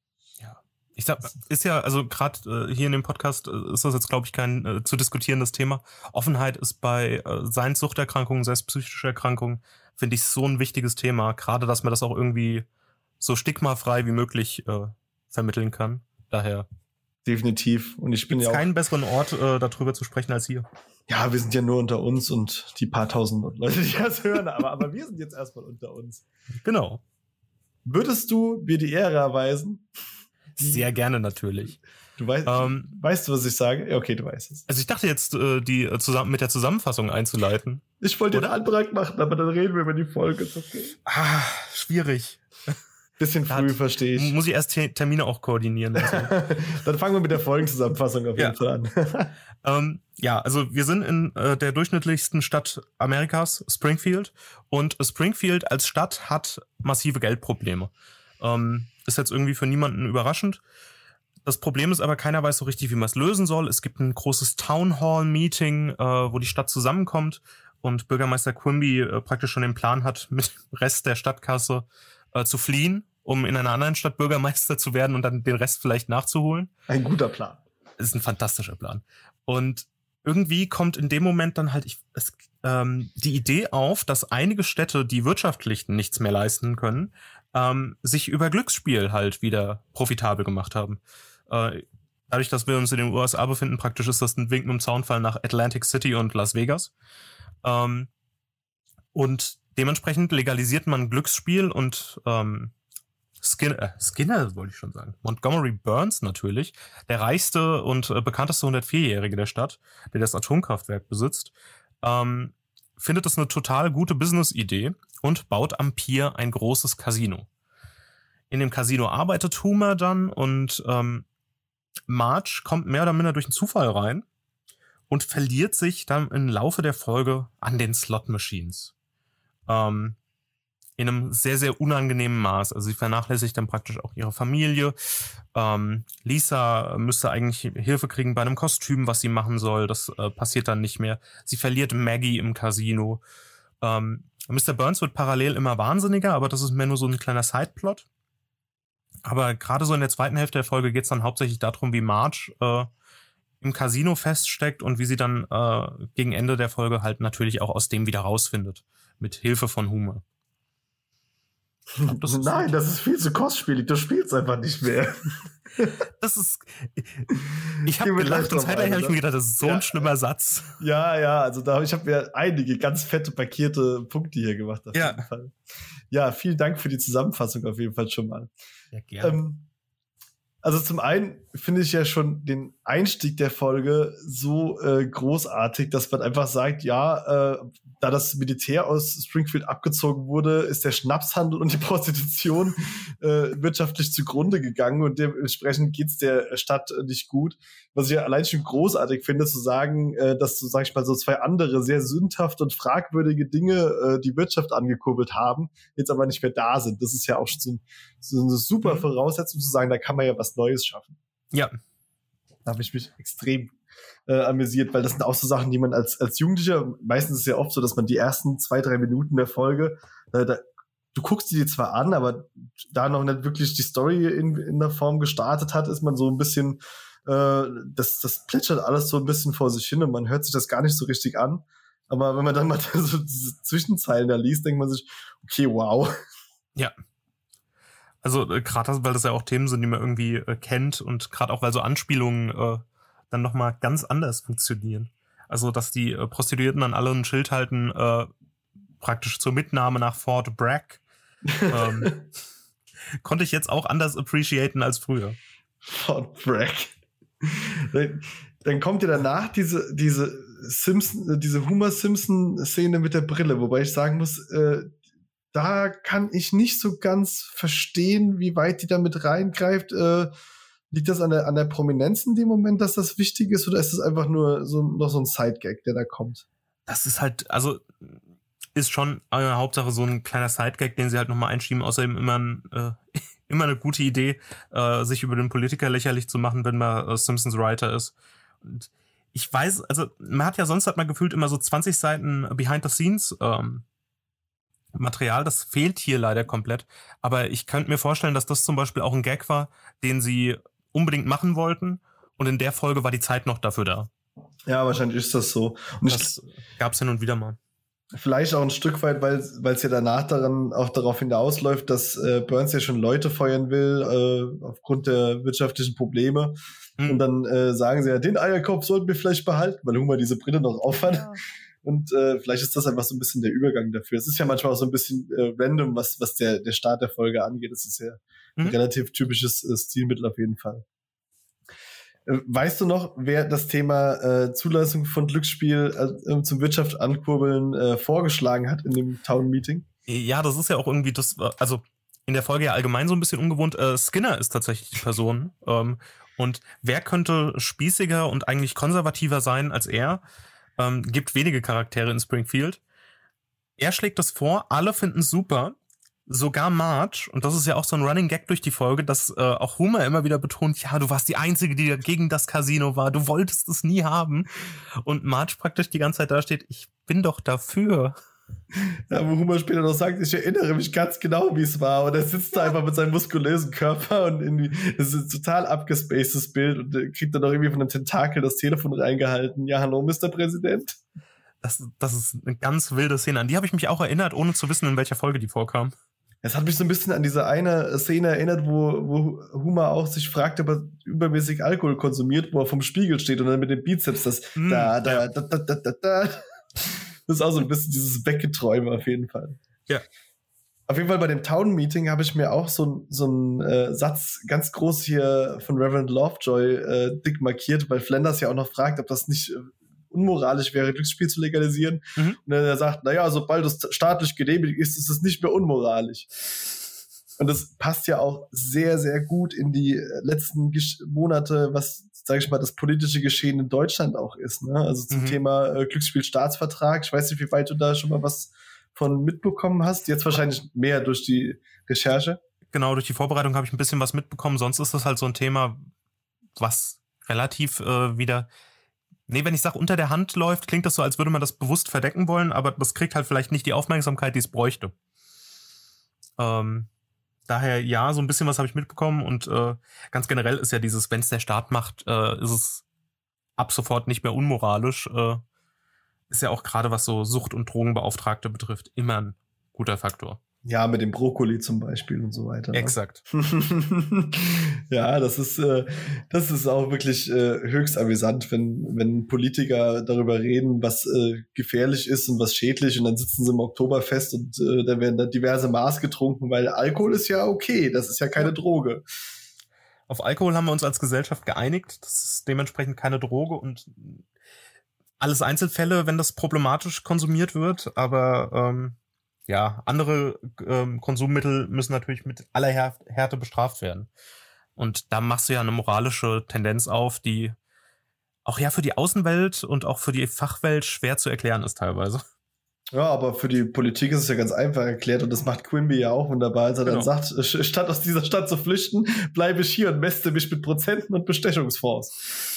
Ich sag, ist ja, also gerade hier in dem Podcast ist das jetzt, glaube ich, kein zu diskutierendes Thema. Offenheit ist bei sei es Suchterkrankungen, sei es psychische Erkrankungen, finde ich so ein wichtiges Thema. Gerade, dass man das auch irgendwie so stigmafrei wie möglich vermitteln kann. Daher. Definitiv. Und ich bin ja auch keinen besseren Ort, darüber zu sprechen als hier. Ja, wir sind ja nur unter uns und die paar tausend Leute, die das hören, aber wir sind jetzt erstmal unter uns. Genau. Würdest du mir die Ehre erweisen? Sehr gerne natürlich. Du weißt du, was ich sage? Ja, okay, du weißt es. Also ich dachte jetzt, die zusammen mit der Zusammenfassung einzuleiten. Ich wollte den Antrag machen, aber dann reden wir über die Folge. Ist okay. Schwierig. Bisschen früh, verstehe ich. Muss ich erst Termine auch koordinieren. Also. Dann fangen wir mit der Folgenzusammenfassung auf jeden Fall an. Ja, also wir sind in der durchschnittlichsten Stadt Amerikas, Springfield. Und Springfield als Stadt hat massive Geldprobleme. Ist jetzt irgendwie für niemanden überraschend. Das Problem ist aber, keiner weiß so richtig, wie man es lösen soll. Es gibt ein großes Town Hall Meeting, wo die Stadt zusammenkommt und Bürgermeister Quimby praktisch schon den Plan hat, mit dem Rest der Stadtkasse zu fliehen, um in einer anderen Stadt Bürgermeister zu werden und dann den Rest vielleicht nachzuholen. Ein guter Plan. Das ist ein fantastischer Plan. Und irgendwie kommt in dem Moment dann halt die Idee auf, dass einige Städte, die wirtschaftlich nichts mehr leisten können, sich über Glücksspiel halt wieder profitabel gemacht haben. Dadurch, dass wir uns in den USA befinden, praktisch ist das ein Wink mit dem Zaunfall nach Atlantic City und Las Vegas. Und dementsprechend legalisiert man Glücksspiel und Skinner wollte ich schon sagen. Montgomery Burns natürlich, der reichste und bekannteste 104-Jährige der Stadt, der das Atomkraftwerk besitzt, findet das eine total gute Business-Idee und baut am Pier ein großes Casino. In dem Casino arbeitet Homer dann und Marge kommt mehr oder minder durch einen Zufall rein und verliert sich dann im Laufe der Folge an den Slot-Machines. in einem sehr, sehr unangenehmen Maß. Also sie vernachlässigt dann praktisch auch ihre Familie. Lisa müsste eigentlich Hilfe kriegen bei einem Kostüm, was sie machen soll. Das passiert dann nicht mehr. Sie verliert Maggie im Casino. Mr. Burns wird parallel immer wahnsinniger, aber das ist mehr nur so ein kleiner Sideplot. Aber gerade so in der zweiten Hälfte der Folge geht es dann hauptsächlich darum, wie Marge im Casino feststeckt und wie sie dann gegen Ende der Folge halt natürlich auch aus dem wieder rausfindet. Mit Hilfe von Homer. Nein, das ist viel zu kostspielig. Du spielst einfach nicht mehr. Das ist. Ich habe gelacht und zeitgleich habe ich mir gedacht, das ist so ein schlimmer Satz. Ja, also ich habe mir einige ganz fette markierte Punkte hier gemacht. Auf jeden Fall. Ja, vielen Dank für die Zusammenfassung auf jeden Fall schon mal. Ja, gerne. Also zum einen finde ich ja schon den Einstieg der Folge so großartig, dass man einfach sagt, da das Militär aus Springfield abgezogen wurde, ist der Schnapshandel und die Prostitution wirtschaftlich zugrunde gegangen und dementsprechend geht's der Stadt nicht gut. Was ich ja allein schon großartig finde, zu sagen, dass so, sag ich mal, so zwei andere sehr sündhafte und fragwürdige Dinge die Wirtschaft angekurbelt haben, jetzt aber nicht mehr da sind. Das ist ja auch schon so eine super Voraussetzung zu sagen, da kann man ja was Neues schaffen. Ja. Da habe ich mich extrem amüsiert, weil das sind auch so Sachen, die man als Jugendlicher, meistens ist es ja oft so, dass man die ersten 2-3 Minuten der Folge, du guckst die dir zwar an, aber da noch nicht wirklich die Story in der Form gestartet hat, ist man so ein bisschen, das plätschert alles so ein bisschen vor sich hin und man hört sich das gar nicht so richtig an. Aber wenn man dann mal so diese Zwischenzeilen da liest, denkt man sich, okay, wow. Ja. Also gerade weil das ja auch Themen sind, die man irgendwie kennt und gerade auch weil so Anspielungen dann nochmal ganz anders funktionieren. Also dass die Prostituierten dann alle ein Schild halten, praktisch zur Mitnahme nach Fort Bragg, konnte ich jetzt auch anders appreciaten als früher. Fort Bragg. Dann kommt ja danach diese Homer-Simpson-Szene mit der Brille, wobei ich sagen muss, da kann ich nicht so ganz verstehen, wie weit die da mit reingreift. Liegt das an der Prominenz in dem Moment, dass das wichtig ist, oder ist das einfach nur noch so ein Side-Gag, der da kommt? Das ist halt, also ist schon Hauptsache so ein kleiner Side-Gag, den sie halt nochmal einschieben. Außerdem immer eine gute Idee, sich über den Politiker lächerlich zu machen, wenn man Simpsons Writer ist. Und ich weiß, also man hat ja sonst halt mal gefühlt immer so 20 Seiten Behind-the-Scenes Material, das fehlt hier leider komplett. Aber ich könnte mir vorstellen, dass das zum Beispiel auch ein Gag war, den sie unbedingt machen wollten. Und in der Folge war die Zeit noch dafür da. Ja, wahrscheinlich ist das so. Und das gab's hin und wieder mal. Vielleicht auch ein Stück weit, weil es ja danach darauf hinausläuft, dass Burns ja schon Leute feuern will, aufgrund der wirtschaftlichen Probleme. Und dann sagen sie ja, den Eierkopf sollten wir vielleicht behalten, weil Homer diese Brille noch aufhat. Ja. Und vielleicht ist das einfach so ein bisschen der Übergang dafür. Es ist ja manchmal auch so ein bisschen random, was der Start der Folge angeht. Das ist ja ein relativ typisches Stilmittel auf jeden Fall. Weißt du noch, wer das Thema Zulassung von Glücksspiel zum Wirtschaft ankurbeln vorgeschlagen hat in dem Town-Meeting? Ja, das ist ja auch irgendwie das, also in der Folge ja allgemein so ein bisschen ungewohnt. Skinner ist tatsächlich die Person. Und wer könnte spießiger und eigentlich konservativer sein als er? Gibt wenige Charaktere in Springfield. Er schlägt das vor, alle finden es super, sogar Marge, und das ist ja auch so ein Running Gag durch die Folge, dass auch Homer immer wieder betont, ja, du warst die Einzige, die gegen das Casino war, du wolltest es nie haben. Und Marge praktisch die ganze Zeit da steht, ich bin doch dafür. Ja, wo Homer später noch sagt, ich erinnere mich ganz genau, wie es war. Und er sitzt da einfach mit seinem muskulösen Körper und irgendwie, das ist ein total abgespacedes Bild und kriegt dann auch irgendwie von einem Tentakel das Telefon reingehalten. Ja, hallo, Mr. Präsident. Das ist eine ganz wilde Szene. An die habe ich mich auch erinnert, ohne zu wissen, in welcher Folge die vorkam. Es hat mich so ein bisschen an diese eine Szene erinnert, wo Homer auch sich fragt, ob er übermäßig Alkohol konsumiert, wo er vom Spiegel steht und dann mit dem Bizeps das da. Das ist auch so ein bisschen dieses Weggeträume auf jeden Fall. Ja. Auf jeden Fall bei dem Town-Meeting habe ich mir auch so einen Satz ganz groß hier von Reverend Lovejoy dick markiert, weil Flanders ja auch noch fragt, ob das nicht unmoralisch wäre, Glücksspiel zu legalisieren. Und er sagt, naja, sobald es staatlich genehmigt ist, ist es nicht mehr unmoralisch. Und das passt ja auch sehr, sehr gut in die letzten Monate, was, sag ich mal, das politische Geschehen in Deutschland auch ist. Ne? Also zum Thema Glücksspielstaatsvertrag. Ich weiß nicht, wie weit du da schon mal was von mitbekommen hast? Jetzt wahrscheinlich mehr durch die Recherche. Genau, durch die Vorbereitung habe ich ein bisschen was mitbekommen. Sonst ist das halt so ein Thema, was relativ wieder... Nee, wenn ich sage, unter der Hand läuft, klingt das so, als würde man das bewusst verdecken wollen, aber das kriegt halt vielleicht nicht die Aufmerksamkeit, die es bräuchte. Daher ja, so ein bisschen was habe ich mitbekommen und ganz generell ist ja dieses, wenn es der Staat macht, ist es ab sofort nicht mehr unmoralisch. Ist ja auch gerade, was so Sucht- und Drogenbeauftragte betrifft, immer ein guter Faktor. Ja, mit dem Brokkoli zum Beispiel und so weiter. Exakt. Ja, das ist auch wirklich höchst amüsant, wenn Politiker darüber reden, was gefährlich ist und was schädlich, und dann sitzen sie im Oktoberfest und da werden da diverse Maß getrunken, weil Alkohol ist ja okay, das ist ja keine Droge. Auf Alkohol haben wir uns als Gesellschaft geeinigt. Das ist dementsprechend keine Droge und alles Einzelfälle, wenn das problematisch konsumiert wird, aber ja, andere Konsummittel müssen natürlich mit aller Härte bestraft werden. Und da machst du ja eine moralische Tendenz auf, die auch ja für die Außenwelt und auch für die Fachwelt schwer zu erklären ist teilweise. Ja, aber für die Politik ist es ja ganz einfach erklärt, und das macht Quimby ja auch wunderbar, als er dann sagt, statt aus dieser Stadt zu flüchten, bleibe ich hier und mäste mich mit Prozenten und Bestechungsfonds.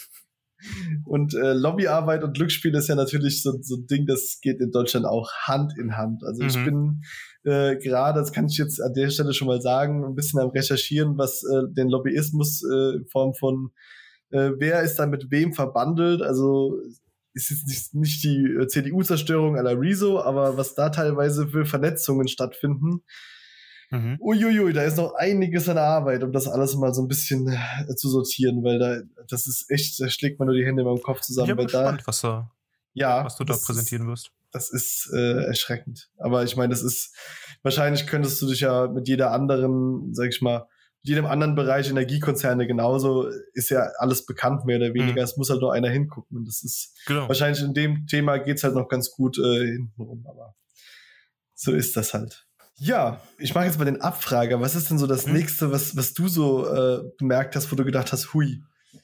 Und Lobbyarbeit und Glücksspiel ist ja natürlich so ein Ding, das geht in Deutschland auch Hand in Hand. Also ich bin gerade, das kann ich jetzt an der Stelle schon mal sagen, ein bisschen am Recherchieren, was den Lobbyismus in Form von wer ist da mit wem verbandelt. Also ist jetzt nicht die CDU-Zerstörung à la Rezo, aber was da teilweise für Vernetzungen stattfinden. Uiuiui, da ist noch einiges an Arbeit, um das alles mal so ein bisschen zu sortieren, weil das ist echt, da schlägt man nur die Hände beim Kopf zusammen. Ich bin gespannt, was du da präsentieren wirst. Das ist erschreckend. Aber ich meine, das ist, wahrscheinlich könntest du dich ja mit jeder anderen, sag ich mal, mit jedem anderen Bereich, Energiekonzerne genauso, ist ja alles bekannt, mehr oder weniger. Es muss halt nur einer hingucken. Und das ist wahrscheinlich in dem Thema geht's halt noch ganz gut hintenrum, aber so ist das halt. Ja, ich mache jetzt mal den Abfrager. Was ist denn so das Nächste, was du so bemerkt hast, wo du gedacht hast, hui?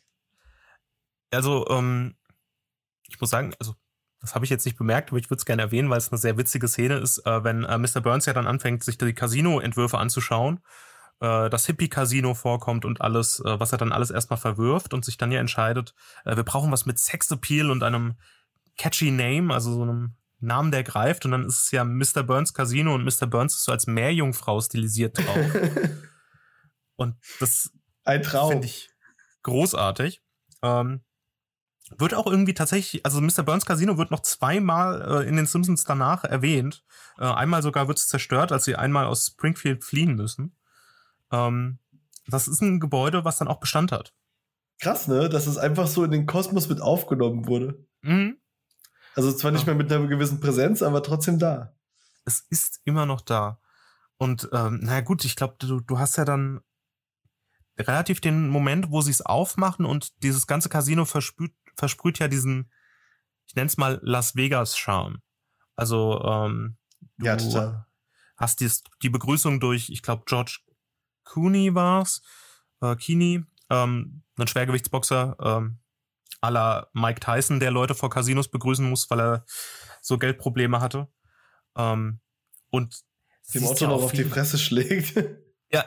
Also, ich muss sagen, also das habe ich jetzt nicht bemerkt, aber ich würde es gerne erwähnen, weil es eine sehr witzige Szene ist, wenn Mr. Burns ja dann anfängt, sich die Casino-Entwürfe anzuschauen, das Hippie-Casino vorkommt und alles, was er dann alles erstmal verwirft und sich dann ja entscheidet, wir brauchen was mit Sexappeal und einem catchy Name, also so einem Namen, der greift, und dann ist es ja Mr. Burns Casino und Mr. Burns ist so als Meerjungfrau stilisiert drauf. Und das finde ich großartig. Wird auch irgendwie tatsächlich, also Mr. Burns Casino wird noch zweimal in den Simpsons danach erwähnt. Einmal sogar wird es zerstört, als sie einmal aus Springfield fliehen müssen. Das ist ein Gebäude, was dann auch Bestand hat. Krass, ne? Dass es einfach so in den Kosmos mit aufgenommen wurde. Also zwar nicht mehr mit einer gewissen Präsenz, aber trotzdem da. Es ist immer noch da. Und naja gut, ich glaube, du hast ja dann relativ den Moment, wo sie es aufmachen und dieses ganze Casino versprüht ja diesen, ich nenne es mal Las Vegas-Charme. Also du hast die Begrüßung durch, ich glaube, George Clooney war's, Keeney, ein Schwergewichtsboxer, à la Mike Tyson, der Leute vor Casinos begrüßen muss, weil er so Geldprobleme hatte. Und dem Otto noch auf die Fresse schlägt. Ja.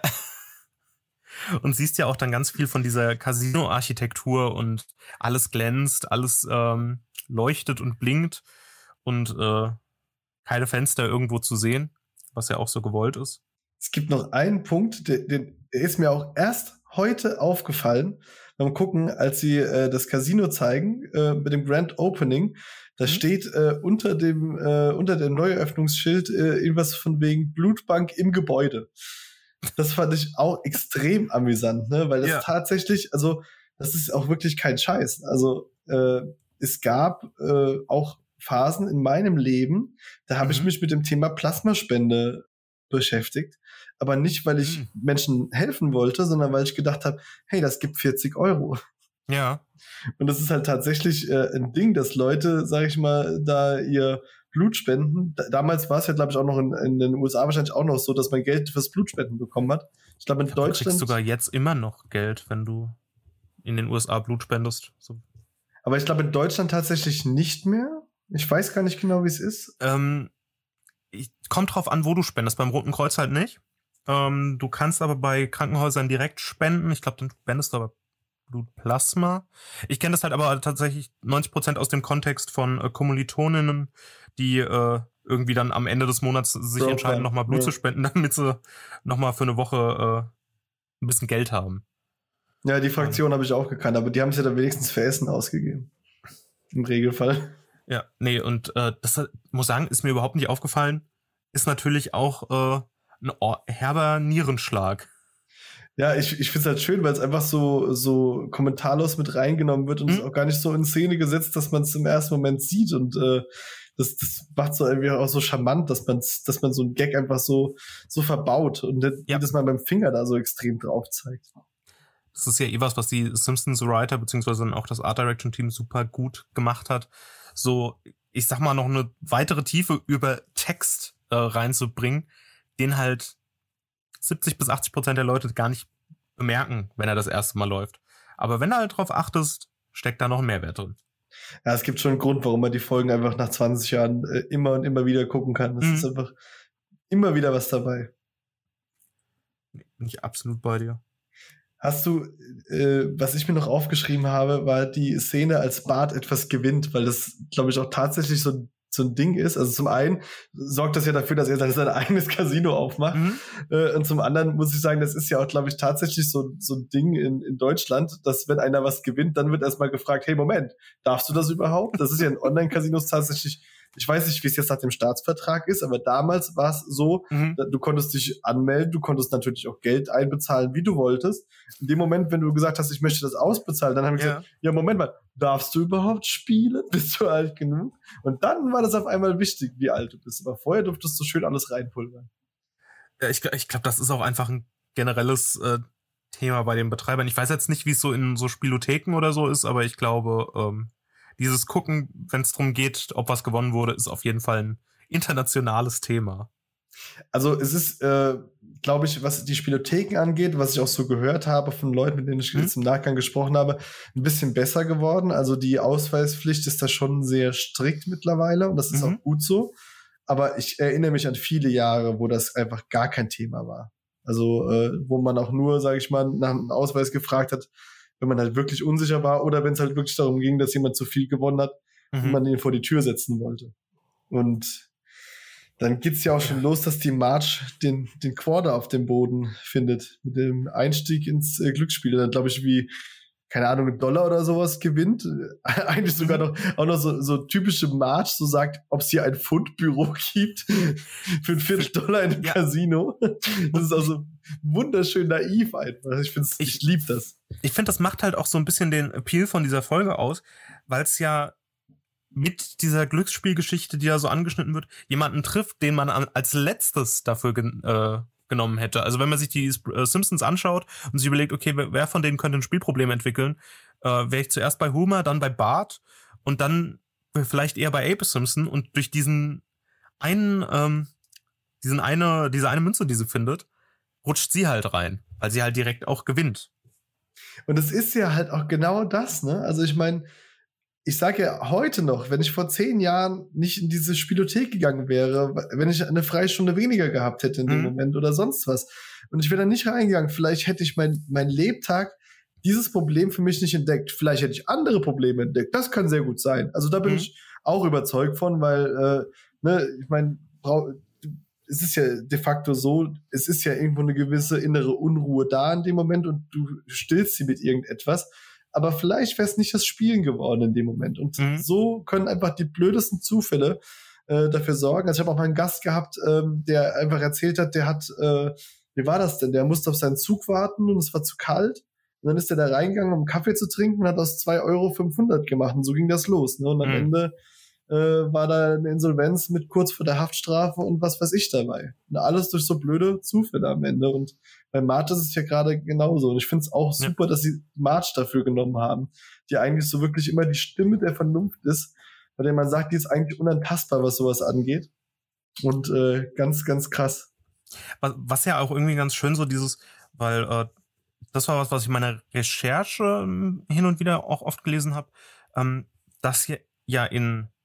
Und siehst ja auch dann ganz viel von dieser Casino-Architektur und alles glänzt, alles leuchtet und blinkt und keine Fenster irgendwo zu sehen, was ja auch so gewollt ist. Es gibt noch einen Punkt, der ist mir auch erst heute aufgefallen, beim Gucken, als sie das Casino zeigen, mit dem Grand Opening. Da steht unter dem Neueröffnungsschild irgendwas von wegen Blutbank im Gebäude. Das fand ich auch extrem amüsant, ne? Weil das tatsächlich, also das ist auch wirklich kein Scheiß. Also es gab auch Phasen in meinem Leben, da habe ich mich mit dem Thema Plasmaspende beschäftigt, aber nicht, weil ich Menschen helfen wollte, sondern weil ich gedacht habe, hey, das gibt 40 €. Ja. Und das ist halt tatsächlich ein Ding, dass Leute, sag ich mal, da ihr Blut spenden. Damals war es ja, glaube ich, auch noch in den USA wahrscheinlich auch noch so, dass man Geld fürs Blutspenden bekommen hat. Ich glaube, in Deutschland... Du kriegst sogar jetzt immer noch Geld, wenn du in den USA Blut spendest. So. Aber ich glaube, in Deutschland tatsächlich nicht mehr. Ich weiß gar nicht genau, wie es ist. Kommt drauf an, wo du spendest. Beim Roten Kreuz halt nicht. Du kannst aber bei Krankenhäusern direkt spenden. Ich glaube, dann spendest du aber Blutplasma. Ich kenne das halt aber tatsächlich 90% aus dem Kontext von Kommilitoninnen, die irgendwie dann am Ende des Monats sich entscheiden, nochmal Blut zu spenden, damit sie nochmal für eine Woche ein bisschen Geld haben. Ja, die Fraktion habe ich auch gekannt, aber die haben es ja dann wenigstens für Essen ausgegeben. Im Regelfall. Ja, nee, und das muss sagen, ist mir überhaupt nicht aufgefallen. Ist natürlich auch ein herber Nierenschlag. Ja, ich finde es halt schön, weil es einfach so kommentarlos mit reingenommen wird und es auch gar nicht so in Szene gesetzt, dass man es im ersten Moment sieht. Und das macht so irgendwie auch so charmant, dass man so einen Gag einfach so verbaut und nicht jedes Mal beim Finger da so extrem drauf zeigt. Das ist ja was die Simpsons-Writer beziehungsweise dann auch das Art Direction-Team super gut gemacht hat. So, ich sag mal, noch eine weitere Tiefe über Text reinzubringen, den halt 70-80% der Leute gar nicht bemerken, wenn er das erste Mal läuft. Aber wenn du halt drauf achtest, steckt da noch ein Mehrwert drin. Ja, es gibt schon einen Grund, warum man die Folgen einfach nach 20 Jahren immer und immer wieder gucken kann. Das ist einfach immer wieder was dabei. Bin ich absolut bei dir. Hast du, was ich mir noch aufgeschrieben habe, war die Szene, als Bart etwas gewinnt, weil das, glaube ich, auch tatsächlich so ein Ding ist. Also zum einen sorgt das ja dafür, dass er sein eigenes Casino aufmacht. Und zum anderen muss ich sagen, das ist ja auch, glaube ich, tatsächlich so ein Ding in Deutschland, dass wenn einer was gewinnt, dann wird erstmal gefragt, hey, Moment, darfst du das überhaupt? Das ist ja in Online-Casinos tatsächlich, ich weiß nicht, wie es jetzt nach dem Staatsvertrag ist, aber damals war es so, du konntest dich anmelden, du konntest natürlich auch Geld einbezahlen, wie du wolltest. In dem Moment, wenn du gesagt hast, ich möchte das ausbezahlen, dann habe ich gesagt, ja, Moment mal, darfst du überhaupt spielen? Bist du alt genug? Und dann war das auf einmal wichtig, wie alt du bist. Aber vorher durftest du schön alles reinpulvern. Ja, ich glaube, das ist auch einfach ein generelles Thema bei den Betreibern. Ich weiß jetzt nicht, wie es so in so Spielotheken oder so ist, aber ich glaube, dieses Gucken, wenn es darum geht, ob was gewonnen wurde, ist auf jeden Fall ein internationales Thema. Also es ist, glaube ich, was die Spielotheken angeht, was ich auch so gehört habe von Leuten, mit denen ich jetzt im Nachgang gesprochen habe, ein bisschen besser geworden. Also die Ausweispflicht ist da schon sehr strikt mittlerweile und das ist auch gut so. Aber ich erinnere mich an viele Jahre, wo das einfach gar kein Thema war. Also wo man auch nur, sage ich mal, nach einem Ausweis gefragt hat, wenn man halt wirklich unsicher war oder wenn es halt wirklich darum ging, dass jemand zu viel gewonnen hat und man ihn vor die Tür setzen wollte. Und dann geht's ja auch schon los, dass die Marge den Quarter auf dem Boden findet mit dem Einstieg ins Glücksspiel. Dann glaube ich, wie, keine Ahnung, $1 oder sowas gewinnt. Eigentlich sogar noch auch noch so typische Marge, so sagt, ob es hier ein Fundbüro gibt für ein $1 in einem Casino. Das ist also wunderschön naiv einfach. Ich liebe das. Ich finde, das macht halt auch so ein bisschen den Appeal von dieser Folge aus, weil es ja mit dieser Glücksspielgeschichte, die da so angeschnitten wird, jemanden trifft, den man als letztes dafür genommen hätte. Also wenn man sich die Simpsons anschaut und sich überlegt, okay, wer von denen könnte ein Spielproblem entwickeln, wäre ich zuerst bei Homer, dann bei Bart und dann vielleicht eher bei Abe Simpson und durch diese eine Münze, die sie findet, rutscht sie halt rein, weil sie halt direkt auch gewinnt. Und es ist ja halt auch genau das, ne? Also ich meine, ich sage ja heute noch, wenn ich vor 10 Jahren nicht in diese Spielothek gegangen wäre, wenn ich eine Freistunde weniger gehabt hätte in dem Moment oder sonst was und ich wäre da nicht reingegangen, vielleicht hätte ich mein Lebtag dieses Problem für mich nicht entdeckt. Vielleicht hätte ich andere Probleme entdeckt. Das kann sehr gut sein. Also da bin ich auch überzeugt von, weil ich meine, es ist ja de facto so, es ist ja irgendwo eine gewisse innere Unruhe da in dem Moment und du stillst sie mit irgendetwas. Aber vielleicht wäre es nicht das Spielen geworden in dem Moment. Und so können einfach die blödesten Zufälle dafür sorgen. Also ich habe auch mal einen Gast gehabt, der einfach erzählt hat, der hat, wie war das denn? Der musste auf seinen Zug warten und es war zu kalt. Und dann ist er da reingegangen, um Kaffee zu trinken und hat aus 2 Euro 500 gemacht. Und so ging das los. Ne? Und am Ende war da eine Insolvenz mit kurz vor der Haftstrafe und was weiß ich dabei. Und alles durch so blöde Zufälle am Ende. Und bei Marge ist es ja gerade genauso. Und ich finde es auch super, dass sie Marge dafür genommen haben, die eigentlich so wirklich immer die Stimme der Vernunft ist, bei der man sagt, die ist eigentlich unantastbar, was sowas angeht. Und ganz, ganz krass. Was ja auch irgendwie ganz schön so weil das war was ich in meiner Recherche hin und wieder auch oft gelesen habe, dass ja in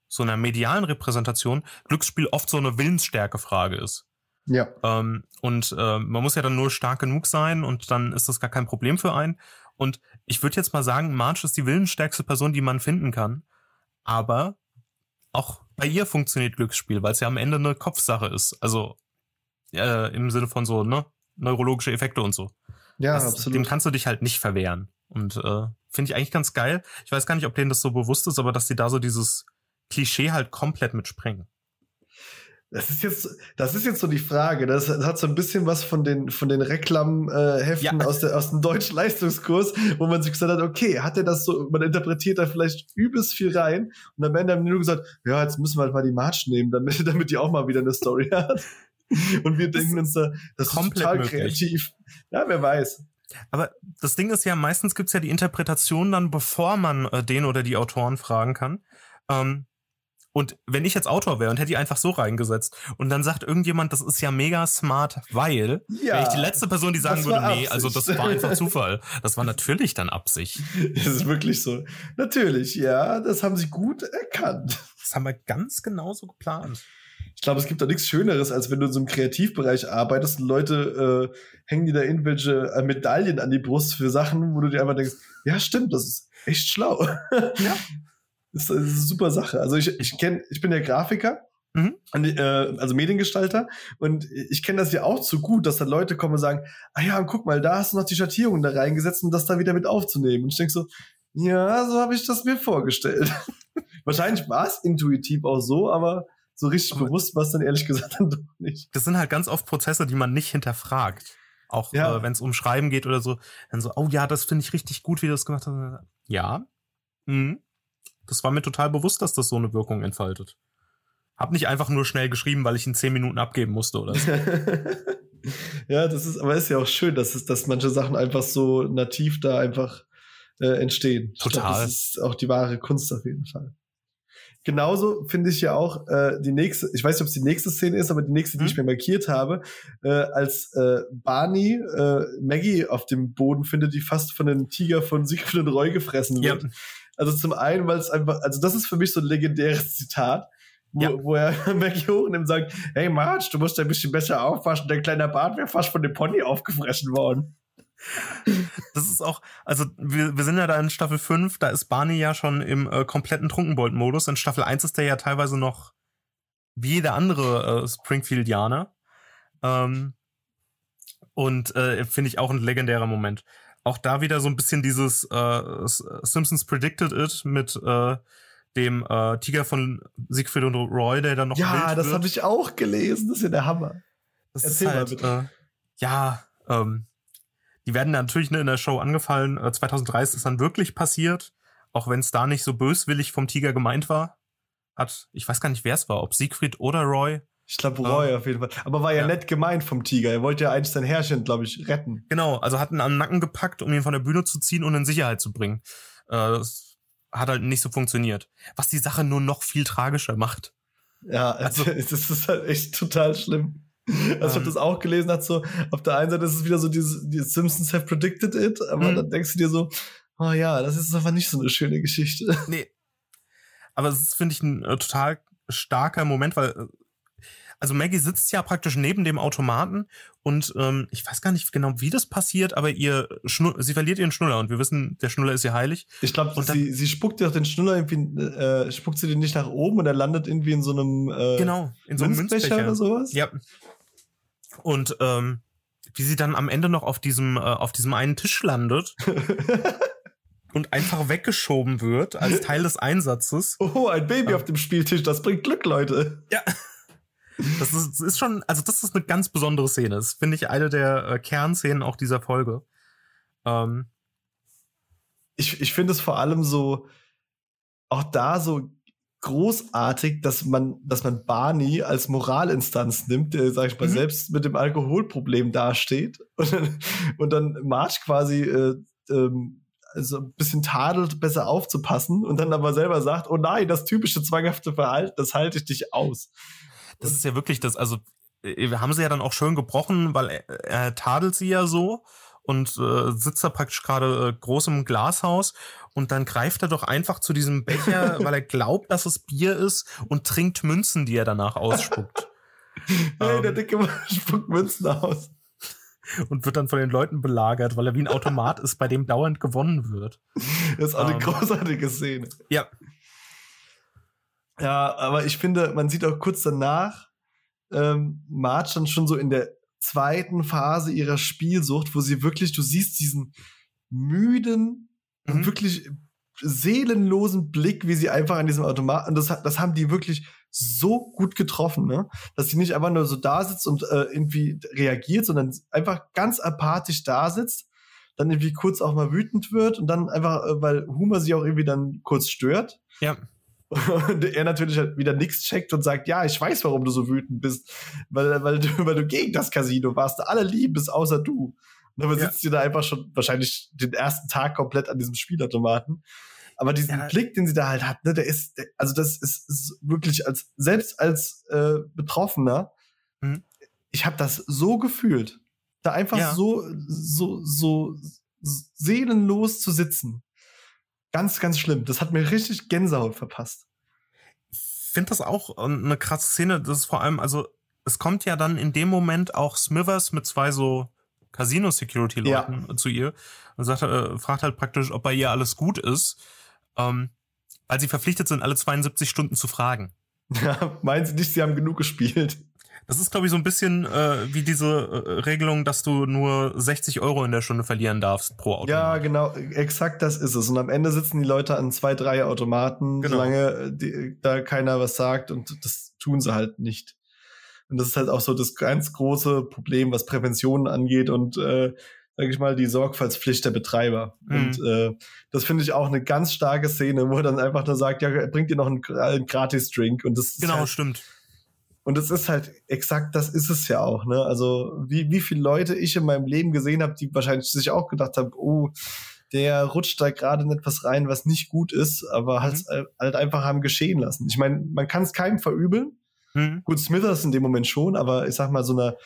so einer medialen Repräsentation Glücksspiel oft so eine Willensstärke-Frage ist. Ja. Man muss ja dann nur stark genug sein und dann ist das gar kein Problem für einen. Und ich würde jetzt mal sagen, Marge ist die willensstärkste Person, die man finden kann. Aber auch bei ihr funktioniert Glücksspiel, weil es ja am Ende eine Kopfsache ist. Also im Sinne von so, ne, neurologische Effekte und so. Ja, absolut. Dem kannst du dich halt nicht verwehren. Und finde ich eigentlich ganz geil. Ich weiß gar nicht, ob denen das so bewusst ist, aber dass die da so dieses Klischee halt komplett mitsprengen. Das ist jetzt so die Frage. Das hat so ein bisschen was von den Reklamheften aus dem deutschen Leistungskurs, wo man sich gesagt hat, okay, hat er das so, man interpretiert da vielleicht übelst viel rein und am Ende haben die nur gesagt, ja, jetzt müssen wir halt mal die Marge nehmen, damit die auch mal wieder eine Story hat. Und wir denken uns da, das ist total möglich. Kreativ. Ja, wer weiß. Aber das Ding ist ja, meistens gibt's ja die Interpretation dann, bevor man den oder die Autoren fragen kann. Und wenn ich jetzt Autor wäre und hätte die einfach so reingesetzt und dann sagt irgendjemand, das ist ja mega smart, weil wäre ich die letzte Person, die sagen würde, nee, also das war einfach Zufall. Das war natürlich dann Absicht. Das ist wirklich so. Natürlich, ja, das haben sie gut erkannt. Das haben wir ganz genauso geplant. Ich glaube, es gibt doch nichts Schöneres, als wenn du in so einem Kreativbereich arbeitest und Leute hängen dir da irgendwelche Medaillen an die Brust für Sachen, wo du dir einfach denkst, ja, stimmt, das ist echt schlau. Ja. Das ist eine super Sache. Also ich bin ja Grafiker, also Mediengestalter, und ich kenne das ja auch zu gut, dass dann Leute kommen und sagen, ah ja, guck mal, da hast du noch die Schattierung da reingesetzt, um das da wieder mit aufzunehmen. Und ich denke so, ja, so habe ich das mir vorgestellt. Wahrscheinlich war es intuitiv auch so, aber so richtig bewusst war es dann ehrlich gesagt dann doch nicht. Das sind halt ganz oft Prozesse, die man nicht hinterfragt. Auch wenn es um Schreiben geht oder so. Dann so, oh ja, das finde ich richtig gut, wie du das gemacht hast. Ja, das war mir total bewusst, dass das so eine Wirkung entfaltet. Hab nicht einfach nur schnell geschrieben, weil ich in 10 Minuten abgeben musste oder so. Ja, aber ist ja auch schön, dass manche Sachen einfach so nativ da einfach entstehen. Total. Das ist auch die wahre Kunst auf jeden Fall. Genauso finde ich ja auch die nächste, ich weiß nicht, ob es die nächste Szene ist, aber die nächste, die ich mir markiert habe, als Barney Maggie auf dem Boden findet, die fast von einem Tiger von Siegfried und Roy gefressen wird. Ja. Also zum einen, weil es einfach, also das ist für mich so ein legendäres Zitat, wo er Maggie hochnimmt und sagt, hey Marge, du musst ein bisschen besser aufwaschen, dein kleiner Bart wäre fast von dem Pony aufgefressen worden. Das ist auch, also wir sind ja da in Staffel 5, da ist Barney ja schon im kompletten Trunkenbold-Modus. In Staffel 1 ist der ja teilweise noch wie jeder andere Springfieldianer. Finde ich auch ein legendärer Moment. Auch da wieder so ein bisschen dieses Simpsons Predicted It mit dem Tiger von Siegfried und Roy, der dann noch wild wird. Ja, das habe ich auch gelesen, das ist ja der Hammer. Das Erzähl ist halt, mal bitte. Die werden natürlich in der Show angefallen. 2003 ist das dann wirklich passiert, auch wenn es da nicht so böswillig vom Tiger gemeint war. Ich weiß gar nicht, wer es war, ob Siegfried oder Roy. Ich glaube Roy auf jeden Fall. Aber war ja nett gemeint vom Tiger. Er wollte ja eigentlich sein Herrchen, glaube ich, retten. Genau, also hat ihn am Nacken gepackt, um ihn von der Bühne zu ziehen und in Sicherheit zu bringen. Das hat halt nicht so funktioniert. Was die Sache nur noch viel tragischer macht. Ja, also es ist halt echt total schlimm. Also ich habe das auch gelesen, hat so, auf der einen Seite ist es wieder so die Simpsons have predicted it, aber dann denkst du dir so, oh ja, das ist einfach nicht so eine schöne Geschichte. Nee. Aber es ist, finde ich, ein total starker Moment, weil also Maggie sitzt ja praktisch neben dem Automaten und ich weiß gar nicht genau, wie das passiert, aber sie verliert ihren Schnuller und wir wissen, der Schnuller ist ihr heilig. Ich glaube, sie spuckt ja den Schnuller irgendwie, spuckt sie den nicht nach oben und er landet irgendwie in so einem genau, in so einem Münzbecher oder sowas. Ja. Und wie sie dann am Ende noch auf diesem einen Tisch landet und einfach weggeschoben wird als Teil des Einsatzes. Oh, ein Baby auf dem Spieltisch, das bringt Glück, Leute. Ja. Das ist schon, also das ist eine ganz besondere Szene. Das finde ich eine der Kernszenen auch dieser Folge. Ich finde es vor allem so, auch da so großartig, dass man Barney als Moralinstanz nimmt, der, sag ich mal, selbst mit dem Alkoholproblem dasteht und dann Marge quasi also ein bisschen tadelt, besser aufzupassen und dann aber selber sagt, oh nein, das typische zwanghafte Verhalten, das halte ich nicht aus. Das ist ja wirklich das, also wir haben sie ja dann auch schön gebrochen, weil er tadelt sie ja so und sitzt da praktisch gerade groß im Glashaus und dann greift er doch einfach zu diesem Becher, weil er glaubt, dass es Bier ist und trinkt Münzen, die er danach ausspuckt. Hey, der Dicke spuckt Münzen aus. Und wird dann von den Leuten belagert, weil er wie ein Automat ist, bei dem dauernd gewonnen wird. Das ist auch eine großartige Szene. Ja. Ja, aber ich finde, man sieht auch kurz danach Marge dann schon so in der zweiten Phase ihrer Spielsucht, wo sie wirklich, du siehst diesen müden, wirklich seelenlosen Blick, wie sie einfach an diesem Automaten, das haben die wirklich so gut getroffen, ne? Dass sie nicht einfach nur so da sitzt und irgendwie reagiert, sondern einfach ganz apathisch da sitzt, dann irgendwie kurz auch mal wütend wird und dann einfach, weil Homer sie auch irgendwie dann kurz stört. Ja. Und er natürlich halt wieder nichts checkt und sagt, ja, ich weiß, warum du so wütend bist, weil du gegen das Casino warst, alle lieben es, außer du. Und dann sitzt sie da einfach schon wahrscheinlich den ersten Tag komplett an diesem Spielautomaten. Aber diesen Blick, den sie da halt hat, ne, das ist wirklich selbst als Betroffener, ich habe das so gefühlt, da einfach so seelenlos zu sitzen. Ganz, ganz schlimm. Das hat mir richtig Gänsehaut verpasst. Ich finde das auch eine krasse Szene. Das ist vor allem, also es kommt ja dann in dem Moment auch Smithers mit zwei so Casino-Security-Leuten zu ihr und fragt halt praktisch, ob bei ihr alles gut ist, weil sie verpflichtet sind, alle 72 Stunden zu fragen. Ja, meinen Sie nicht, sie haben genug gespielt? Das ist, glaube ich, so ein bisschen wie diese Regelung, dass du nur 60 € in der Stunde verlieren darfst pro Automat. Ja, genau, exakt das ist es. Und am Ende sitzen die Leute an 2, 3 Automaten, solange da keiner was sagt, und das tun sie halt nicht. Und das ist halt auch so das ganz große Problem, was Prävention angeht und, sag ich mal, die Sorgfaltspflicht der Betreiber. Und das finde ich auch eine ganz starke Szene, wo er dann einfach nur sagt, ja, bringt dir noch einen Gratis-Drink. Und das ist halt, stimmt. Und es ist halt exakt, das ist es ja auch, ne? Also wie viele Leute ich in meinem Leben gesehen habe, die wahrscheinlich sich auch gedacht haben, oh, der rutscht da gerade in etwas rein, was nicht gut ist, aber halt einfach haben geschehen lassen. Ich meine, man kann es keinem verübeln. Gut, Smithers in dem Moment schon, aber ich sag mal, so einer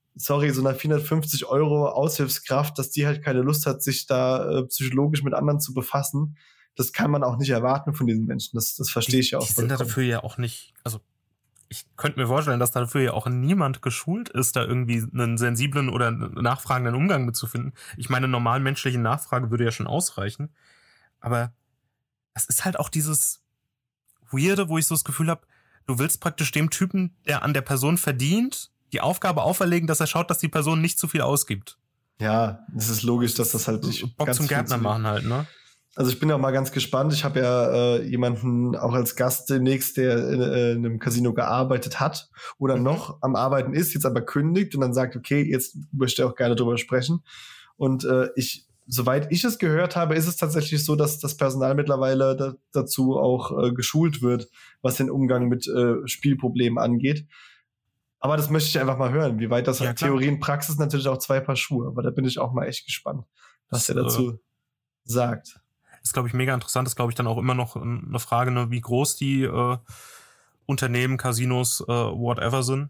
450 € Aushilfskraft, dass die halt keine Lust hat, sich da psychologisch mit anderen zu befassen, das kann man auch nicht erwarten von diesen Menschen. Das verstehe ich ja auch. Die sind da dafür ja auch nicht, also ich könnte mir vorstellen, dass dafür ja auch niemand geschult ist, da irgendwie einen sensiblen oder nachfragenden Umgang mitzufinden. Ich meine, normal menschliche Nachfrage würde ja schon ausreichen. Aber es ist halt auch dieses Weirde, wo ich so das Gefühl habe, du willst praktisch dem Typen, der an der Person verdient, die Aufgabe auferlegen, dass er schaut, dass die Person nicht zu viel ausgibt. Ja, das ist logisch, dass das halt nicht Bock zum Gärtner machen halt, ne? Also ich bin auch mal ganz gespannt. Ich habe ja jemanden auch als Gast demnächst, der in einem Casino gearbeitet hat oder noch am Arbeiten ist, jetzt aber kündigt und dann sagt, okay, jetzt möchte ich auch gerne drüber sprechen. Und soweit ich es gehört habe, ist es tatsächlich so, dass das Personal mittlerweile dazu auch geschult wird, was den Umgang mit Spielproblemen angeht. Aber das möchte ich einfach mal hören, wie weit das Theorie und Praxis natürlich auch 2 Paar Schuhe. Aber da bin ich auch mal echt gespannt, was er dazu sagt. Ist, glaube ich, mega interessant. Ist, glaube ich, dann auch immer noch eine Frage, ne, wie groß die Unternehmen, Casinos, whatever sind.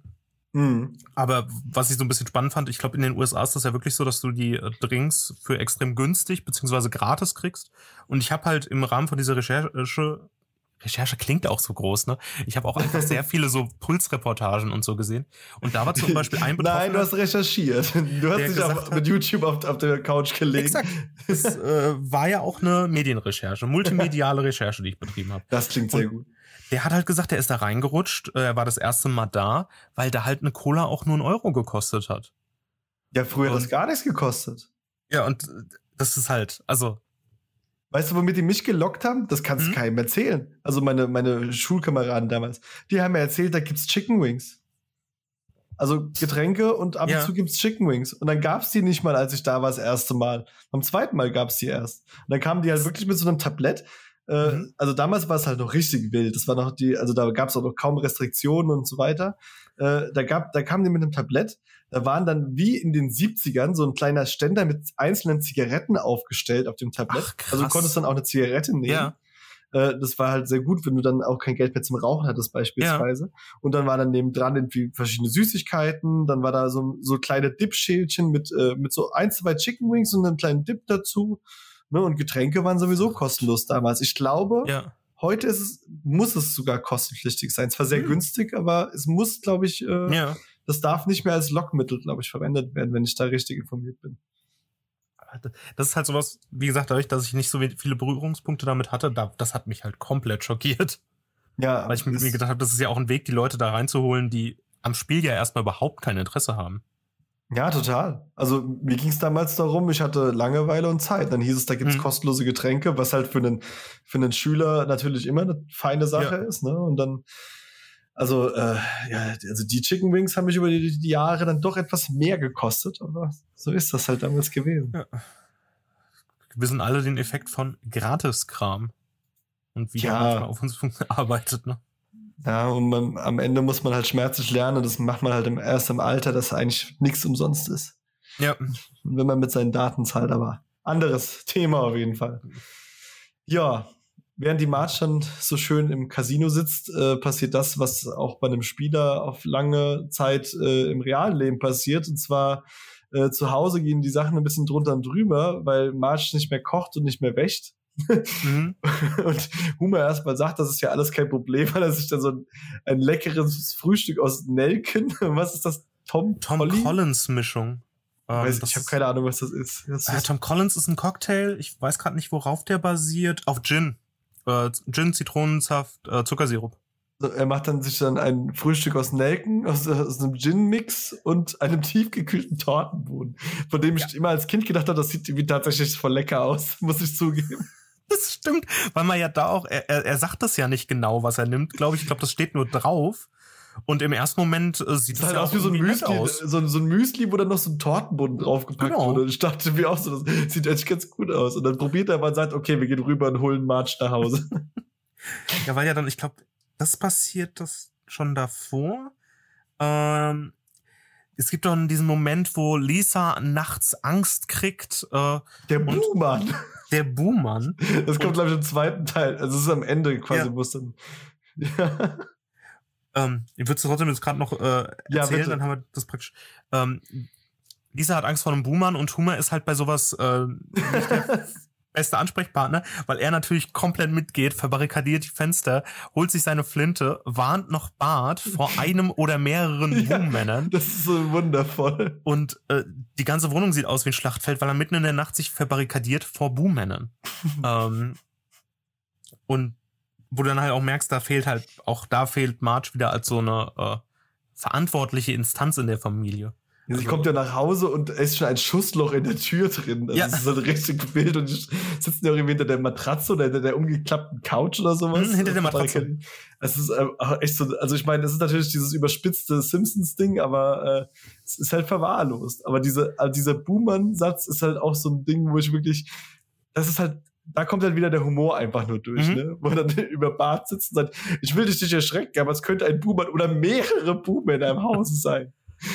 Aber was ich so ein bisschen spannend fand, ich glaube, in den USA ist das ja wirklich so, dass du die Drinks für extrem günstig beziehungsweise gratis kriegst. Und ich habe halt im Rahmen von dieser Recherche klingt auch so groß, ne? Ich habe auch einfach sehr viele so Pulsreportagen und so gesehen. Und da war zum Beispiel ein Betroffener... Nein, du hast recherchiert. Du hast dich auch mit YouTube auf der Couch gelegt. Exakt. Es war ja auch eine Medienrecherche, multimediale Recherche, die ich betrieben habe. Das klingt sehr gut. Der hat halt gesagt, er ist da reingerutscht, er war das erste Mal da, weil da halt eine Cola auch nur 1 € gekostet hat. Ja, früher hat das gar nichts gekostet. Ja, und das ist halt, also... Weißt du, womit die mich gelockt haben? Das kannst du keinem erzählen. Also meine Schulkameraden damals, die haben mir erzählt, da gibt's Chicken Wings. Also Getränke und ab und zu gibt's Chicken Wings. Und dann gab's die nicht mal, als ich da war das erste Mal. Beim zweiten Mal gab's die erst. Und dann kamen die halt wirklich mit so einem Tablett. Also damals war es halt noch richtig wild. Das war noch also da gab's auch noch kaum Restriktionen und so weiter. Da kamen die mit einem Tablett. Da waren dann wie in den 70ern so ein kleiner Ständer mit einzelnen Zigaretten aufgestellt auf dem Tablett. Ach, krass. Also du konntest dann auch eine Zigarette nehmen. Das war halt sehr gut, wenn du dann auch kein Geld mehr zum Rauchen hattest beispielsweise. Ja. Und dann war dann nebendran irgendwie verschiedene Süßigkeiten. Dann war da so kleine Dip-Schälchen mit so 1, 2 Chicken Wings und einem kleinen Dip dazu. Ne? Und Getränke waren sowieso kostenlos damals. Ich glaube, heute muss es sogar kostenpflichtig sein. Zwar sehr günstig, aber es muss, glaube ich, das darf nicht mehr als Lockmittel, glaube ich, verwendet werden, wenn ich da richtig informiert bin. Das ist halt sowas, wie gesagt, dadurch, dass ich nicht so viele Berührungspunkte damit hatte, das hat mich halt komplett schockiert. Ja. Weil ich mir gedacht habe, das ist ja auch ein Weg, die Leute da reinzuholen, die am Spiel ja erstmal überhaupt kein Interesse haben. Ja, total. Also mir ging es damals darum, ich hatte Langeweile und Zeit. Dann hieß es, da gibt's kostenlose Getränke, was halt für einen Schüler natürlich immer eine feine Sache ist. Ne? Und dann, also die Chicken Wings haben mich über die Jahre dann doch etwas mehr gekostet. Aber so ist das halt damals gewesen. Ja. Wir wissen alle den Effekt von Gratiskram. Und wie der manchmal auf uns arbeitet, ne? Ja, und am Ende muss man halt schmerzlich lernen, das macht man halt erst im Alter, dass eigentlich nichts umsonst ist. Ja. Und wenn man mit seinen Daten zahlt, aber anderes Thema auf jeden Fall. Ja, während die Marge dann so schön im Casino sitzt, passiert das, was auch bei einem Spieler auf lange Zeit im realen Leben passiert. Und zwar zu Hause gehen die Sachen ein bisschen drunter und drüber, weil Marge nicht mehr kocht und nicht mehr wäscht. Und Homer erstmal sagt, das ist ja alles kein Problem, weil er sich dann so ein leckeres Frühstück aus Nelken, was ist das? Tom Collins Mischung. Ich habe keine Ahnung, was das ist. Tom Collins ist ein Cocktail, ich weiß gerade nicht, worauf der basiert. Auf Gin. Gin, Zitronensaft, Zuckersirup. Er macht dann sich dann ein Frühstück aus Nelken, aus einem Gin-Mix und einem tiefgekühlten Tortenboden, von dem ich immer als Kind gedacht habe, das sieht irgendwie tatsächlich voll lecker aus, muss ich zugeben. Das stimmt, weil man ja da auch, er sagt das ja nicht genau, was er nimmt, glaube ich. Ich glaube, das steht nur drauf. Und im ersten Moment sieht das halt aus wie so ein Müsli aus. So ein Müsli, wo dann noch so ein Tortenboden draufgepackt wurde. Und ich dachte mir auch so, das sieht eigentlich ganz gut aus. Und dann probiert er mal und sagt, okay, wir gehen rüber und holen Marge nach Hause. Ja, weil ja dann, ich glaube, das passiert das schon davor. Es gibt doch diesen Moment, wo Lisa nachts Angst kriegt. Der Buhmann. Der Buhmann. Das kommt, glaube ich, im zweiten Teil. Also es ist am Ende quasi, wo es dann... Ja. Ich würde es trotzdem jetzt gerade noch erzählen, dann haben wir das praktisch. Lisa hat Angst vor einem Buhmann und Homer ist halt bei sowas nicht der beste Ansprechpartner, weil er natürlich komplett mitgeht, verbarrikadiert die Fenster, holt sich seine Flinte, warnt noch Bart vor einem oder mehreren Buhmännern. Das ist so wundervoll. Und die ganze Wohnung sieht aus wie ein Schlachtfeld, weil er mitten in der Nacht sich verbarrikadiert vor Buhmännern. Und wo du dann halt auch merkst, da fehlt Marge wieder als so eine verantwortliche Instanz in der Familie. Ja, sie kommt ja nach Hause und es ist schon ein Schussloch in der Tür drin. Das ist so ein richtiges Bild und die sitzen ja irgendwie hinter der Matratze oder hinter der umgeklappten Couch oder sowas. Hinter der Matratze. Es ist echt so, also ich meine, es ist natürlich dieses überspitzte Simpsons-Ding, aber es ist halt verwahrlost. Aber dieser Buhmann-Satz ist halt auch so ein Ding, wo ich wirklich, das ist halt, da kommt dann wieder der Humor einfach nur durch, ne? Wo er dann über Bart sitzt und sagt, ich will dich nicht erschrecken, aber es könnte ein Buhmann oder mehrere Buhmänner im Haus sein.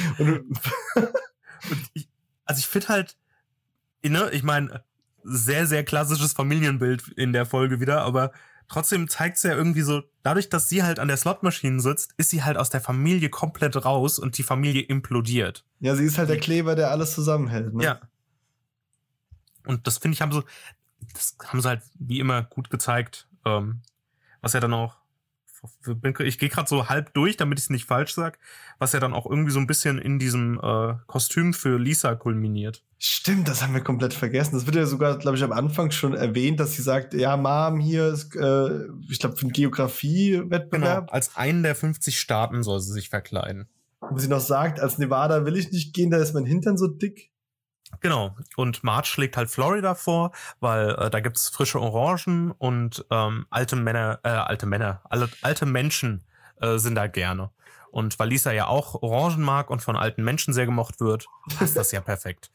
Ich finde halt, ne, ich meine, sehr, sehr klassisches Familienbild in der Folge wieder, aber trotzdem zeigt es ja irgendwie so, dadurch, dass sie halt an der Slotmaschine sitzt, ist sie halt aus der Familie komplett raus und die Familie implodiert. Ja, sie ist halt der Kleber, der alles zusammenhält, ne? Ja. Und das finde ich, das haben sie halt wie immer gut gezeigt, was ja dann auch, ich gehe gerade so halb durch, damit ich es nicht falsch sag, was ja dann auch irgendwie so ein bisschen in diesem Kostüm für Lisa kulminiert. Stimmt, das haben wir komplett vergessen. Das wird ja sogar, glaube ich, am Anfang schon erwähnt, dass sie sagt, ja, Mom, hier ist, ich glaube, für einen Geografie-Wettbewerb. Genau, als einen der 50 Staaten soll sie sich verkleiden. Wo sie noch sagt, als Nevada will ich nicht gehen, da ist mein Hintern so dick. Genau, und Marge schlägt halt Florida vor, weil da gibt's frische Orangen und alte Menschen sind da gerne. Und weil Lisa ja auch Orangen mag und von alten Menschen sehr gemocht wird, passt das ja perfekt.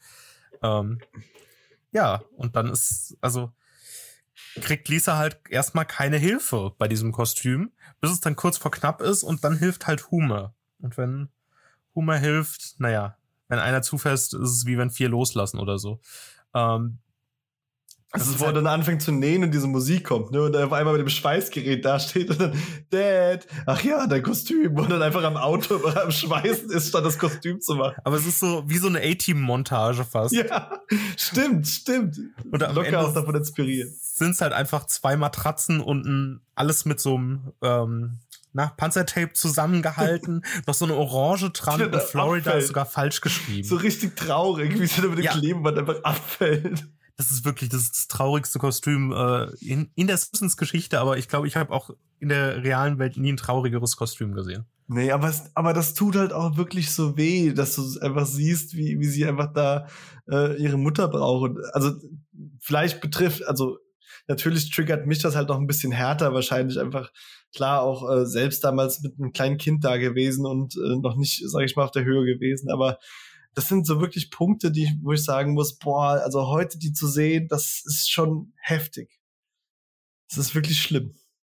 Ja, und dann kriegt Lisa halt erstmal keine Hilfe bei diesem Kostüm, bis es dann kurz vor knapp ist und dann hilft halt Homer. Und wenn Homer hilft, naja, wenn einer zu fest ist, es wie wenn 4 loslassen oder so. Also wo er dann anfängt zu nähen und diese Musik kommt, ne? Und er auf einmal mit dem Schweißgerät da steht und dann, Dad, ach ja, dein Kostüm. Und dann einfach am Auto oder am Schweißen ist, statt das Kostüm zu machen. Aber es ist so wie so eine A-Team-Montage fast. Ja, stimmt. Und am locker Ende auch davon inspiriert. Sind es halt einfach 2 Matratzen und alles mit so einem Panzertape zusammengehalten. Noch so eine Orange dran und Florida ist sogar falsch geschrieben. So richtig traurig, wie es dann mit dem Klebeband einfach abfällt. Das ist wirklich das traurigste Kostüm in der Simpsons-Geschichte, aber ich glaube, ich habe auch in der realen Welt nie ein traurigeres Kostüm gesehen. Nee, aber das tut halt auch wirklich so weh, dass du einfach siehst, wie sie einfach da ihre Mutter brauchen. Also vielleicht natürlich triggert mich das halt noch ein bisschen härter, wahrscheinlich einfach, klar, auch selbst damals mit einem kleinen Kind da gewesen und noch nicht, sag ich mal, auf der Höhe gewesen, aber das sind so wirklich Punkte, wo ich sagen muss, boah, also heute die zu sehen, das ist schon heftig. Das ist wirklich schlimm.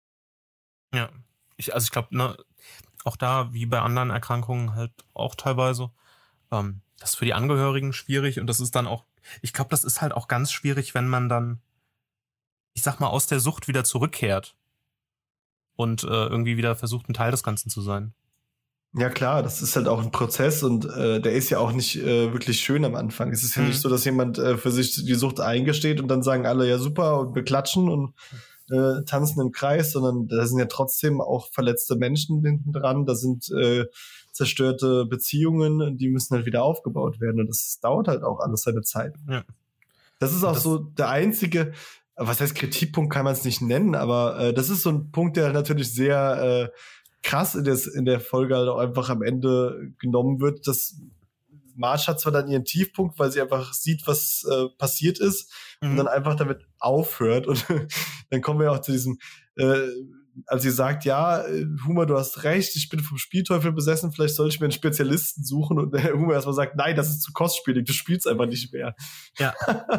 Ja, ich glaube, ne, auch da, wie bei anderen Erkrankungen halt auch teilweise, das ist für die Angehörigen schwierig und das ist dann auch, ich glaube, das ist halt auch ganz schwierig, wenn man dann, ich sag mal, aus der Sucht wieder zurückkehrt und irgendwie wieder versucht, ein Teil des Ganzen zu sein. Ja klar, das ist halt auch ein Prozess und der ist ja auch nicht wirklich schön am Anfang. Es ist ja nicht so, dass jemand für sich die Sucht eingesteht und dann sagen alle, ja super, und wir klatschen und tanzen im Kreis, sondern da sind ja trotzdem auch verletzte Menschen hinten dran, da sind zerstörte Beziehungen, die müssen halt wieder aufgebaut werden und das dauert halt auch alles seine Zeit. Ja. Das ist auch so der einzige, was heißt Kritikpunkt, kann man es nicht nennen, aber das ist so ein Punkt, der natürlich sehr krass in der Folge halt auch einfach am Ende genommen wird. Das Marge hat zwar dann ihren Tiefpunkt, weil sie einfach sieht, was passiert ist und dann einfach damit aufhört. Und dann kommen wir auch zu diesem, als sie sagt, ja, Homer, du hast recht, ich bin vom Spielteufel besessen, vielleicht soll ich mir einen Spezialisten suchen. Und der Homer erstmal sagt, nein, das ist zu kostspielig, du spielst einfach nicht mehr. Ja,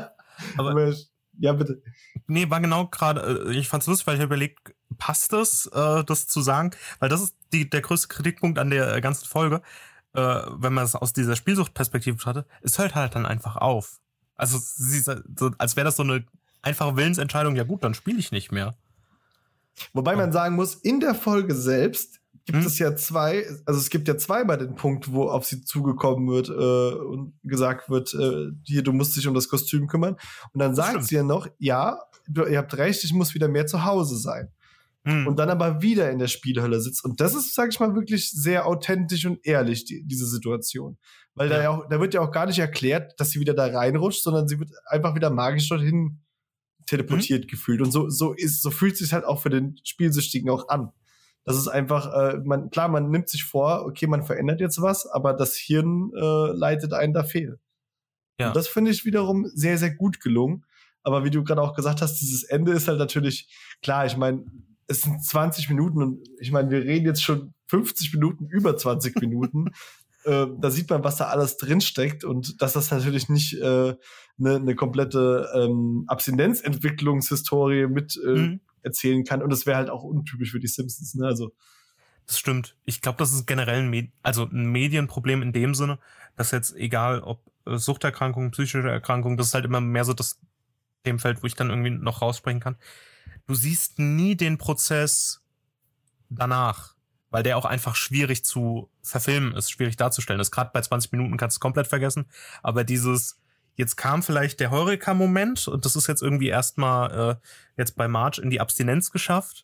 aber ja, bitte. Nee, war genau gerade, ich fand's lustig, weil ich überlegt, passt das zu sagen? Weil das ist der größte Kritikpunkt an der ganzen Folge, wenn man es aus dieser Spielsuchtperspektive betrachtet, es hört halt dann einfach auf. Also als wäre das so eine einfache Willensentscheidung, ja gut, dann spiele ich nicht mehr. Wobei man sagen muss, in der Folge selbst gibt es ja es gibt ja zweimal den Punkt, wo auf sie zugekommen wird und gesagt wird, hier, du musst dich um das Kostüm kümmern. Und dann sagt sie ja noch, ja, ihr habt recht, ich muss wieder mehr zu Hause sein. Und dann aber wieder in der Spielhölle sitzt. Und das ist, sag ich mal, wirklich sehr authentisch und ehrlich, diese Situation. Weil da wird ja auch gar nicht erklärt, dass sie wieder da reinrutscht, sondern sie wird einfach wieder magisch dorthin teleportiert gefühlt. Und so fühlt es sich halt auch für den Spielsüchtigen auch an. Das ist einfach, man nimmt sich vor, okay, man verändert jetzt was, aber das Hirn leitet einen da fehl. Ja. Und das finde ich wiederum sehr, sehr gut gelungen. Aber wie du gerade auch gesagt hast, dieses Ende ist halt natürlich, klar, ich meine, es sind 20 Minuten und ich meine, wir reden jetzt schon 50 Minuten über 20 Minuten. Da sieht man, was da alles drinsteckt und dass das natürlich nicht eine komplette Abstinenzentwicklungshistorie mit erzählen kann. Und das wäre halt auch untypisch für die Simpsons. Ne? Also das stimmt. Ich glaube, das ist generell ein Medienproblem in dem Sinne, dass jetzt egal ob Suchterkrankung, psychische Erkrankung, das ist halt immer mehr so das Themenfeld, wo ich dann irgendwie noch raussprechen kann. Du siehst nie den Prozess danach, weil der auch einfach schwierig zu verfilmen ist, schwierig darzustellen ist. Gerade bei 20 Minuten kannst du es komplett vergessen, aber jetzt kam vielleicht der Heureka-Moment und das ist jetzt irgendwie erstmal jetzt bei Marge in die Abstinenz geschafft.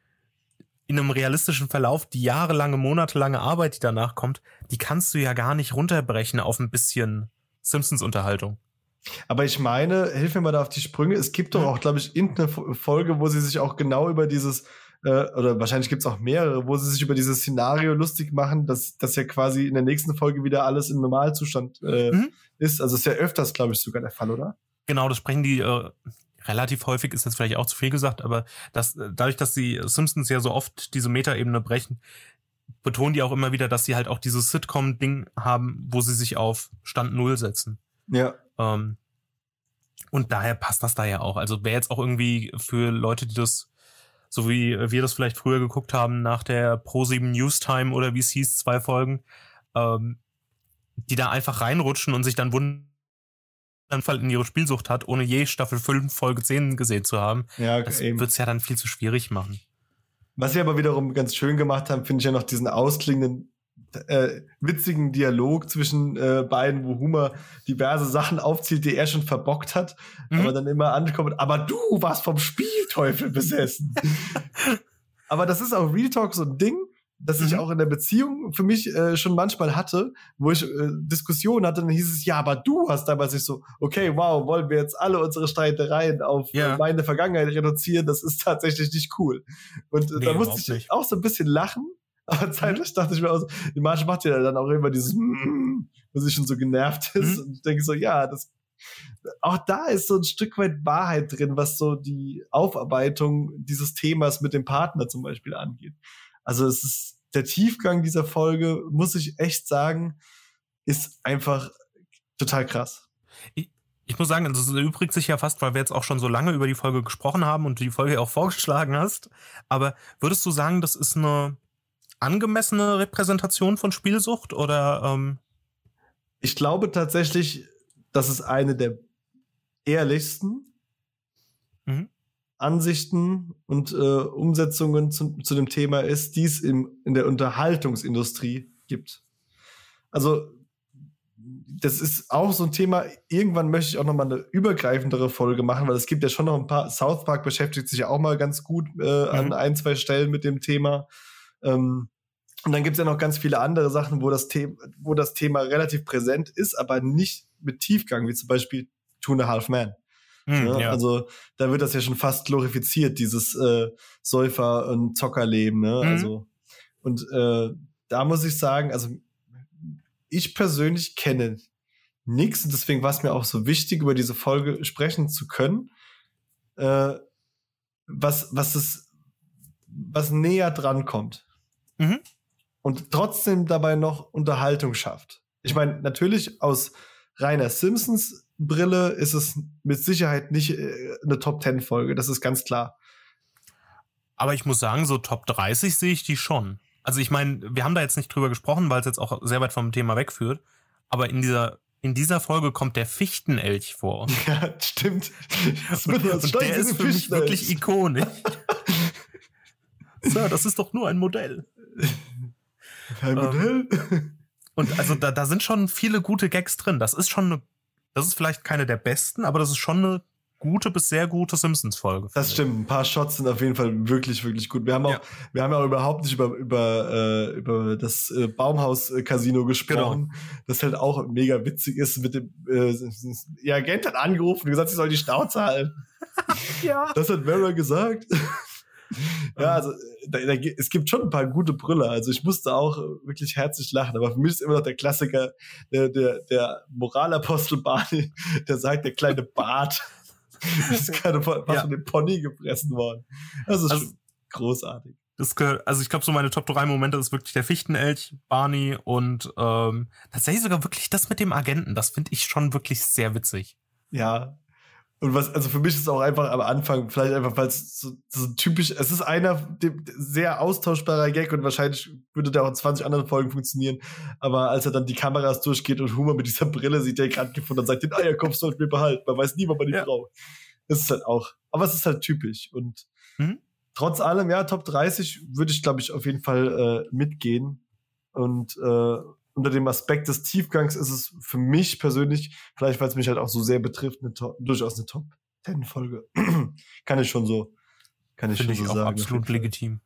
In einem realistischen Verlauf, die jahrelange, monatelange Arbeit, die danach kommt, die kannst du ja gar nicht runterbrechen auf ein bisschen Simpsons-Unterhaltung. Aber ich meine, hilf mir mal da auf die Sprünge, es gibt doch auch, glaube ich, irgendeine Folge, wo sie sich auch genau über dieses, oder wahrscheinlich gibt es auch mehrere, wo sie sich über dieses Szenario lustig machen, dass ja quasi in der nächsten Folge wieder alles im Normalzustand ist. Also ist ja öfters, glaube ich, sogar der Fall, oder? Genau, das sprechen die relativ häufig, ist jetzt vielleicht auch zu viel gesagt, aber dadurch, dass die Simpsons ja so oft diese Metaebene brechen, betonen die auch immer wieder, dass sie halt auch dieses Sitcom-Ding haben, wo sie sich auf Stand Null setzen. Ja. Und daher passt das da ja auch. Also wäre jetzt auch irgendwie für Leute, die das, so wie wir das vielleicht früher geguckt haben, nach der Pro7 Newstime oder wie es hieß, 2 Folgen, die da einfach reinrutschen und sich dann wundern, einen Fall in ihre Spielsucht hat, ohne je Staffel 5 Folge 10 gesehen zu haben. Ja, Das eben. wird's ja dann viel zu schwierig machen. Was sie aber wiederum ganz schön gemacht haben, finde ich ja noch diesen ausklingenden, witzigen Dialog zwischen beiden, wo Homer diverse Sachen aufzählt, die er schon verbockt hat, aber dann immer ankommt, aber du warst vom Spielteufel besessen. Aber das ist auch Real Talk so ein Ding, das ich auch in der Beziehung für mich schon manchmal hatte, wo ich Diskussionen hatte, dann hieß es, ja, aber du hast damals nicht so, okay, wow, wollen wir jetzt alle unsere Streitereien auf meine Vergangenheit reduzieren, das ist tatsächlich nicht cool. Und da musste ich auch so ein bisschen lachen, aber zeitlich dachte ich mir auch so, die Marge macht ja dann auch immer dieses wo sie schon so genervt ist und ich denke so, ja, auch da ist so ein Stück weit Wahrheit drin, was so die Aufarbeitung dieses Themas mit dem Partner zum Beispiel angeht. Also es ist der Tiefgang dieser Folge, muss ich echt sagen, ist einfach total krass. Ich muss sagen, das erübrigt sich ja fast, weil wir jetzt auch schon so lange über die Folge gesprochen haben und du die Folge auch vorgeschlagen hast. Aber würdest du sagen, das ist eine angemessene Repräsentation von Spielsucht oder? Ich glaube tatsächlich, dass es eine der ehrlichsten Ansichten und Umsetzungen zu dem Thema ist, die es in der Unterhaltungsindustrie gibt. Also das ist auch so ein Thema, irgendwann möchte ich auch nochmal eine übergreifendere Folge machen, weil es gibt ja schon noch ein paar, South Park beschäftigt sich ja auch mal ganz gut an 1-2 Stellen mit dem Thema. Und dann gibt es ja noch ganz viele andere Sachen, wo das Thema relativ präsent ist, aber nicht mit Tiefgang, wie zum Beispiel Two and a Half Men. Ja. Also da wird das ja schon fast glorifiziert, dieses Säufer- und Zockerleben. Ne? Also, und da muss ich sagen, also ich persönlich kenne nichts und deswegen war es mir auch so wichtig, über diese Folge sprechen zu können, was näher dran kommt. Und trotzdem dabei noch Unterhaltung schafft. Ich meine, natürlich aus reiner Simpsons-Brille ist es mit Sicherheit nicht eine Top-10-Folge, das ist ganz klar. Aber ich muss sagen, so Top 30 sehe ich die schon. Also ich meine, wir haben da jetzt nicht drüber gesprochen, weil es jetzt auch sehr weit vom Thema wegführt. Aber in dieser Folge kommt der Fichtenelch vor. Ja, stimmt. Und der ist für mich wirklich ikonisch. Sir, das ist doch nur ein Modell. Ein Modell? Und also da sind schon viele gute Gags drin. Das ist vielleicht keine der besten, aber das ist schon eine gute bis sehr gute Simpsons-Folge. Das stimmt. Ein paar Shots sind auf jeden Fall wirklich, wirklich gut. Wir haben auch überhaupt nicht über das Baumhaus-Casino gesprochen, das halt auch mega witzig ist. Mit dem ihr Agent hat angerufen und gesagt, sie soll die Schnauze halten. Ja. Das hat Vera gesagt. Ja, also es gibt schon ein paar gute Brüller. Also ich musste auch wirklich herzlich lachen. Aber für mich ist immer noch der Klassiker, der Moralapostel Barney, der sagt, der kleine Bart ist gerade von dem Pony gefressen worden. Das ist schon großartig. Also ich glaube, so meine Top 3 Momente ist wirklich der Fichtenelch, Barney und tatsächlich sogar wirklich das mit dem Agenten. Das finde ich schon wirklich sehr witzig. Ja. Und also für mich ist es auch einfach am Anfang, vielleicht einfach, weil es so typisch, es ist sehr austauschbarer Gag und wahrscheinlich würde der auch in 20 anderen Folgen funktionieren. Aber als er dann die Kameras durchgeht und Homer mit dieser Brille sieht, der gerade gefunden und sagt, den Eierkopf sollten wir behalten. Man weiß nie, wann man die braucht. Das ist halt auch, aber es ist halt typisch. Und trotz allem, ja, Top 30 würde ich, glaube ich, auf jeden Fall mitgehen. Und unter dem Aspekt des Tiefgangs ist es für mich persönlich, vielleicht weil es mich halt auch so sehr betrifft, durchaus eine Top-10-Folge. Kann ich schon so sagen. Finde ich auch absolut legitim.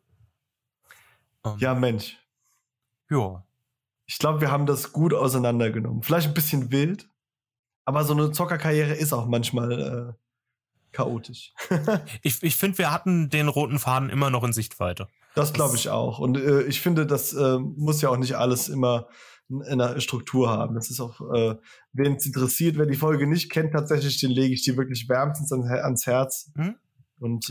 Ja, Mensch. Ja. Ich glaube, wir haben das gut auseinandergenommen. Vielleicht ein bisschen wild, aber so eine Zockerkarriere ist auch manchmal chaotisch. Ich finde, wir hatten den roten Faden immer noch in Sichtweite. Das glaube ich auch. Und ich finde, das muss ja auch nicht alles immer in einer Struktur haben. Das ist auch, wen es interessiert, wer die Folge nicht kennt, tatsächlich, den lege ich die wirklich wärmstens ans Herz. Und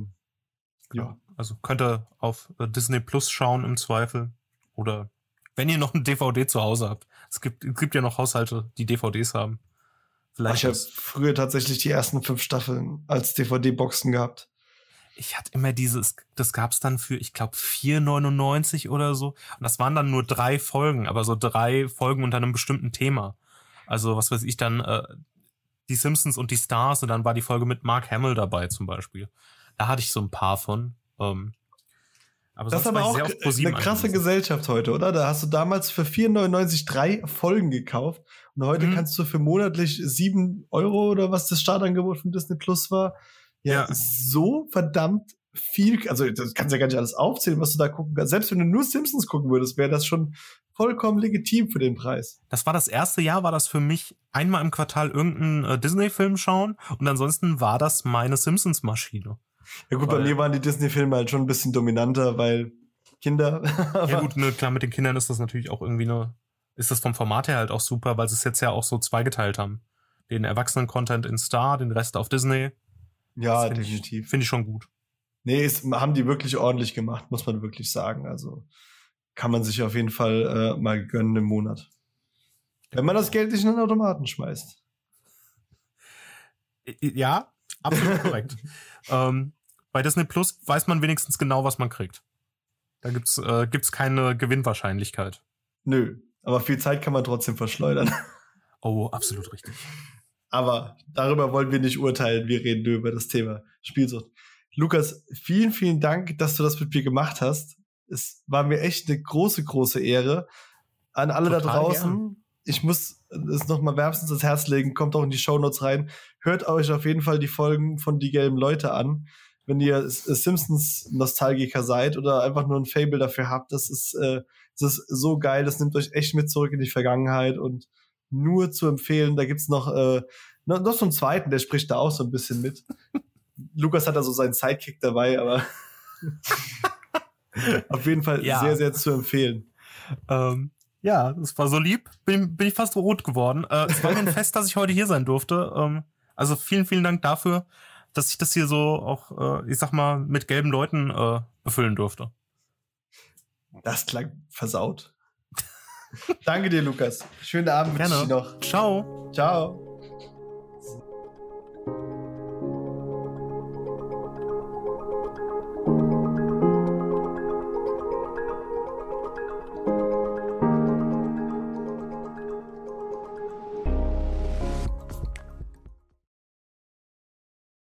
ja. Also könnt ihr auf Disney Plus schauen im Zweifel. Oder wenn ihr noch ein DVD zu Hause habt. Es gibt ja noch Haushalte, die DVDs haben. Ich habe früher tatsächlich die ersten 5 Staffeln als DVD-Boxen gehabt. Ich hatte immer das gab's dann für, ich glaube, 4,99 oder so. Und das waren dann nur 3 Folgen, aber so 3 Folgen unter einem bestimmten Thema. Also, was weiß ich dann, die Simpsons und die Stars und dann war die Folge mit Mark Hamill dabei zum Beispiel. Da hatte ich so ein paar von. Aber das ist aber auch eine krasse Gesellschaft heute, oder? Da hast du damals für 4,99 3 Folgen gekauft und heute kannst du für monatlich 7 Euro oder was das Startangebot von Disney Plus war, ja. So verdammt viel, also das kannst ja gar nicht alles aufzählen, was du da gucken kannst. Selbst wenn du nur Simpsons gucken würdest, wäre das schon vollkommen legitim für den Preis. Das war das erste Jahr, war das für mich einmal im Quartal irgendeinen Disney-Film schauen und ansonsten war das meine Simpsons-Maschine. Ja gut, bei mir waren die Disney-Filme halt schon ein bisschen dominanter, weil Kinder. Ja gut, ne, klar, mit den Kindern ist das natürlich auch irgendwie ist das vom Format her halt auch super, weil sie es jetzt ja auch so zweigeteilt haben. Den Erwachsenen-Content in Star, den Rest auf Disney. Ja, definitiv. Finde ich schon gut. Nee, haben die wirklich ordentlich gemacht, muss man wirklich sagen. Also kann man sich auf jeden Fall mal gönnen im Monat. Wenn man das Geld nicht in den Automaten schmeißt. Ja, absolut korrekt. Bei Disney Plus weiß man wenigstens genau, was man kriegt. Da gibt's keine Gewinnwahrscheinlichkeit. Nö, aber viel Zeit kann man trotzdem verschleudern. Oh, absolut richtig. Aber darüber wollen wir nicht urteilen. Wir reden nur über das Thema Spielsucht. Lukas, vielen, vielen Dank, dass du das mit mir gemacht hast. Es war mir echt eine große, große Ehre. An alle da draußen, gern. Ich muss es nochmal wärmstens ans Herz legen, kommt auch in die Shownotes rein. Hört euch auf jeden Fall die Folgen von Die gelben Leute an. Wenn ihr Simpsons-Nostalgiker seid oder einfach nur ein Fable dafür habt, das ist so geil. Das nimmt euch echt mit zurück in die Vergangenheit und nur zu empfehlen. Da gibt's noch so einen zweiten, der spricht da auch so ein bisschen mit. Lukas hat da so seinen Sidekick dabei, aber auf jeden Fall sehr, sehr zu empfehlen. Ja, das war so lieb. Bin ich fast rot geworden. Es war mir ein Fest, dass ich heute hier sein durfte. Also vielen, vielen Dank dafür, dass ich das hier so auch, ich sag mal, mit gelben Leuten befüllen durfte. Das klang versaut. Danke dir, Lukas. Schönen Abend. Gerne. Noch. Ciao. Ciao.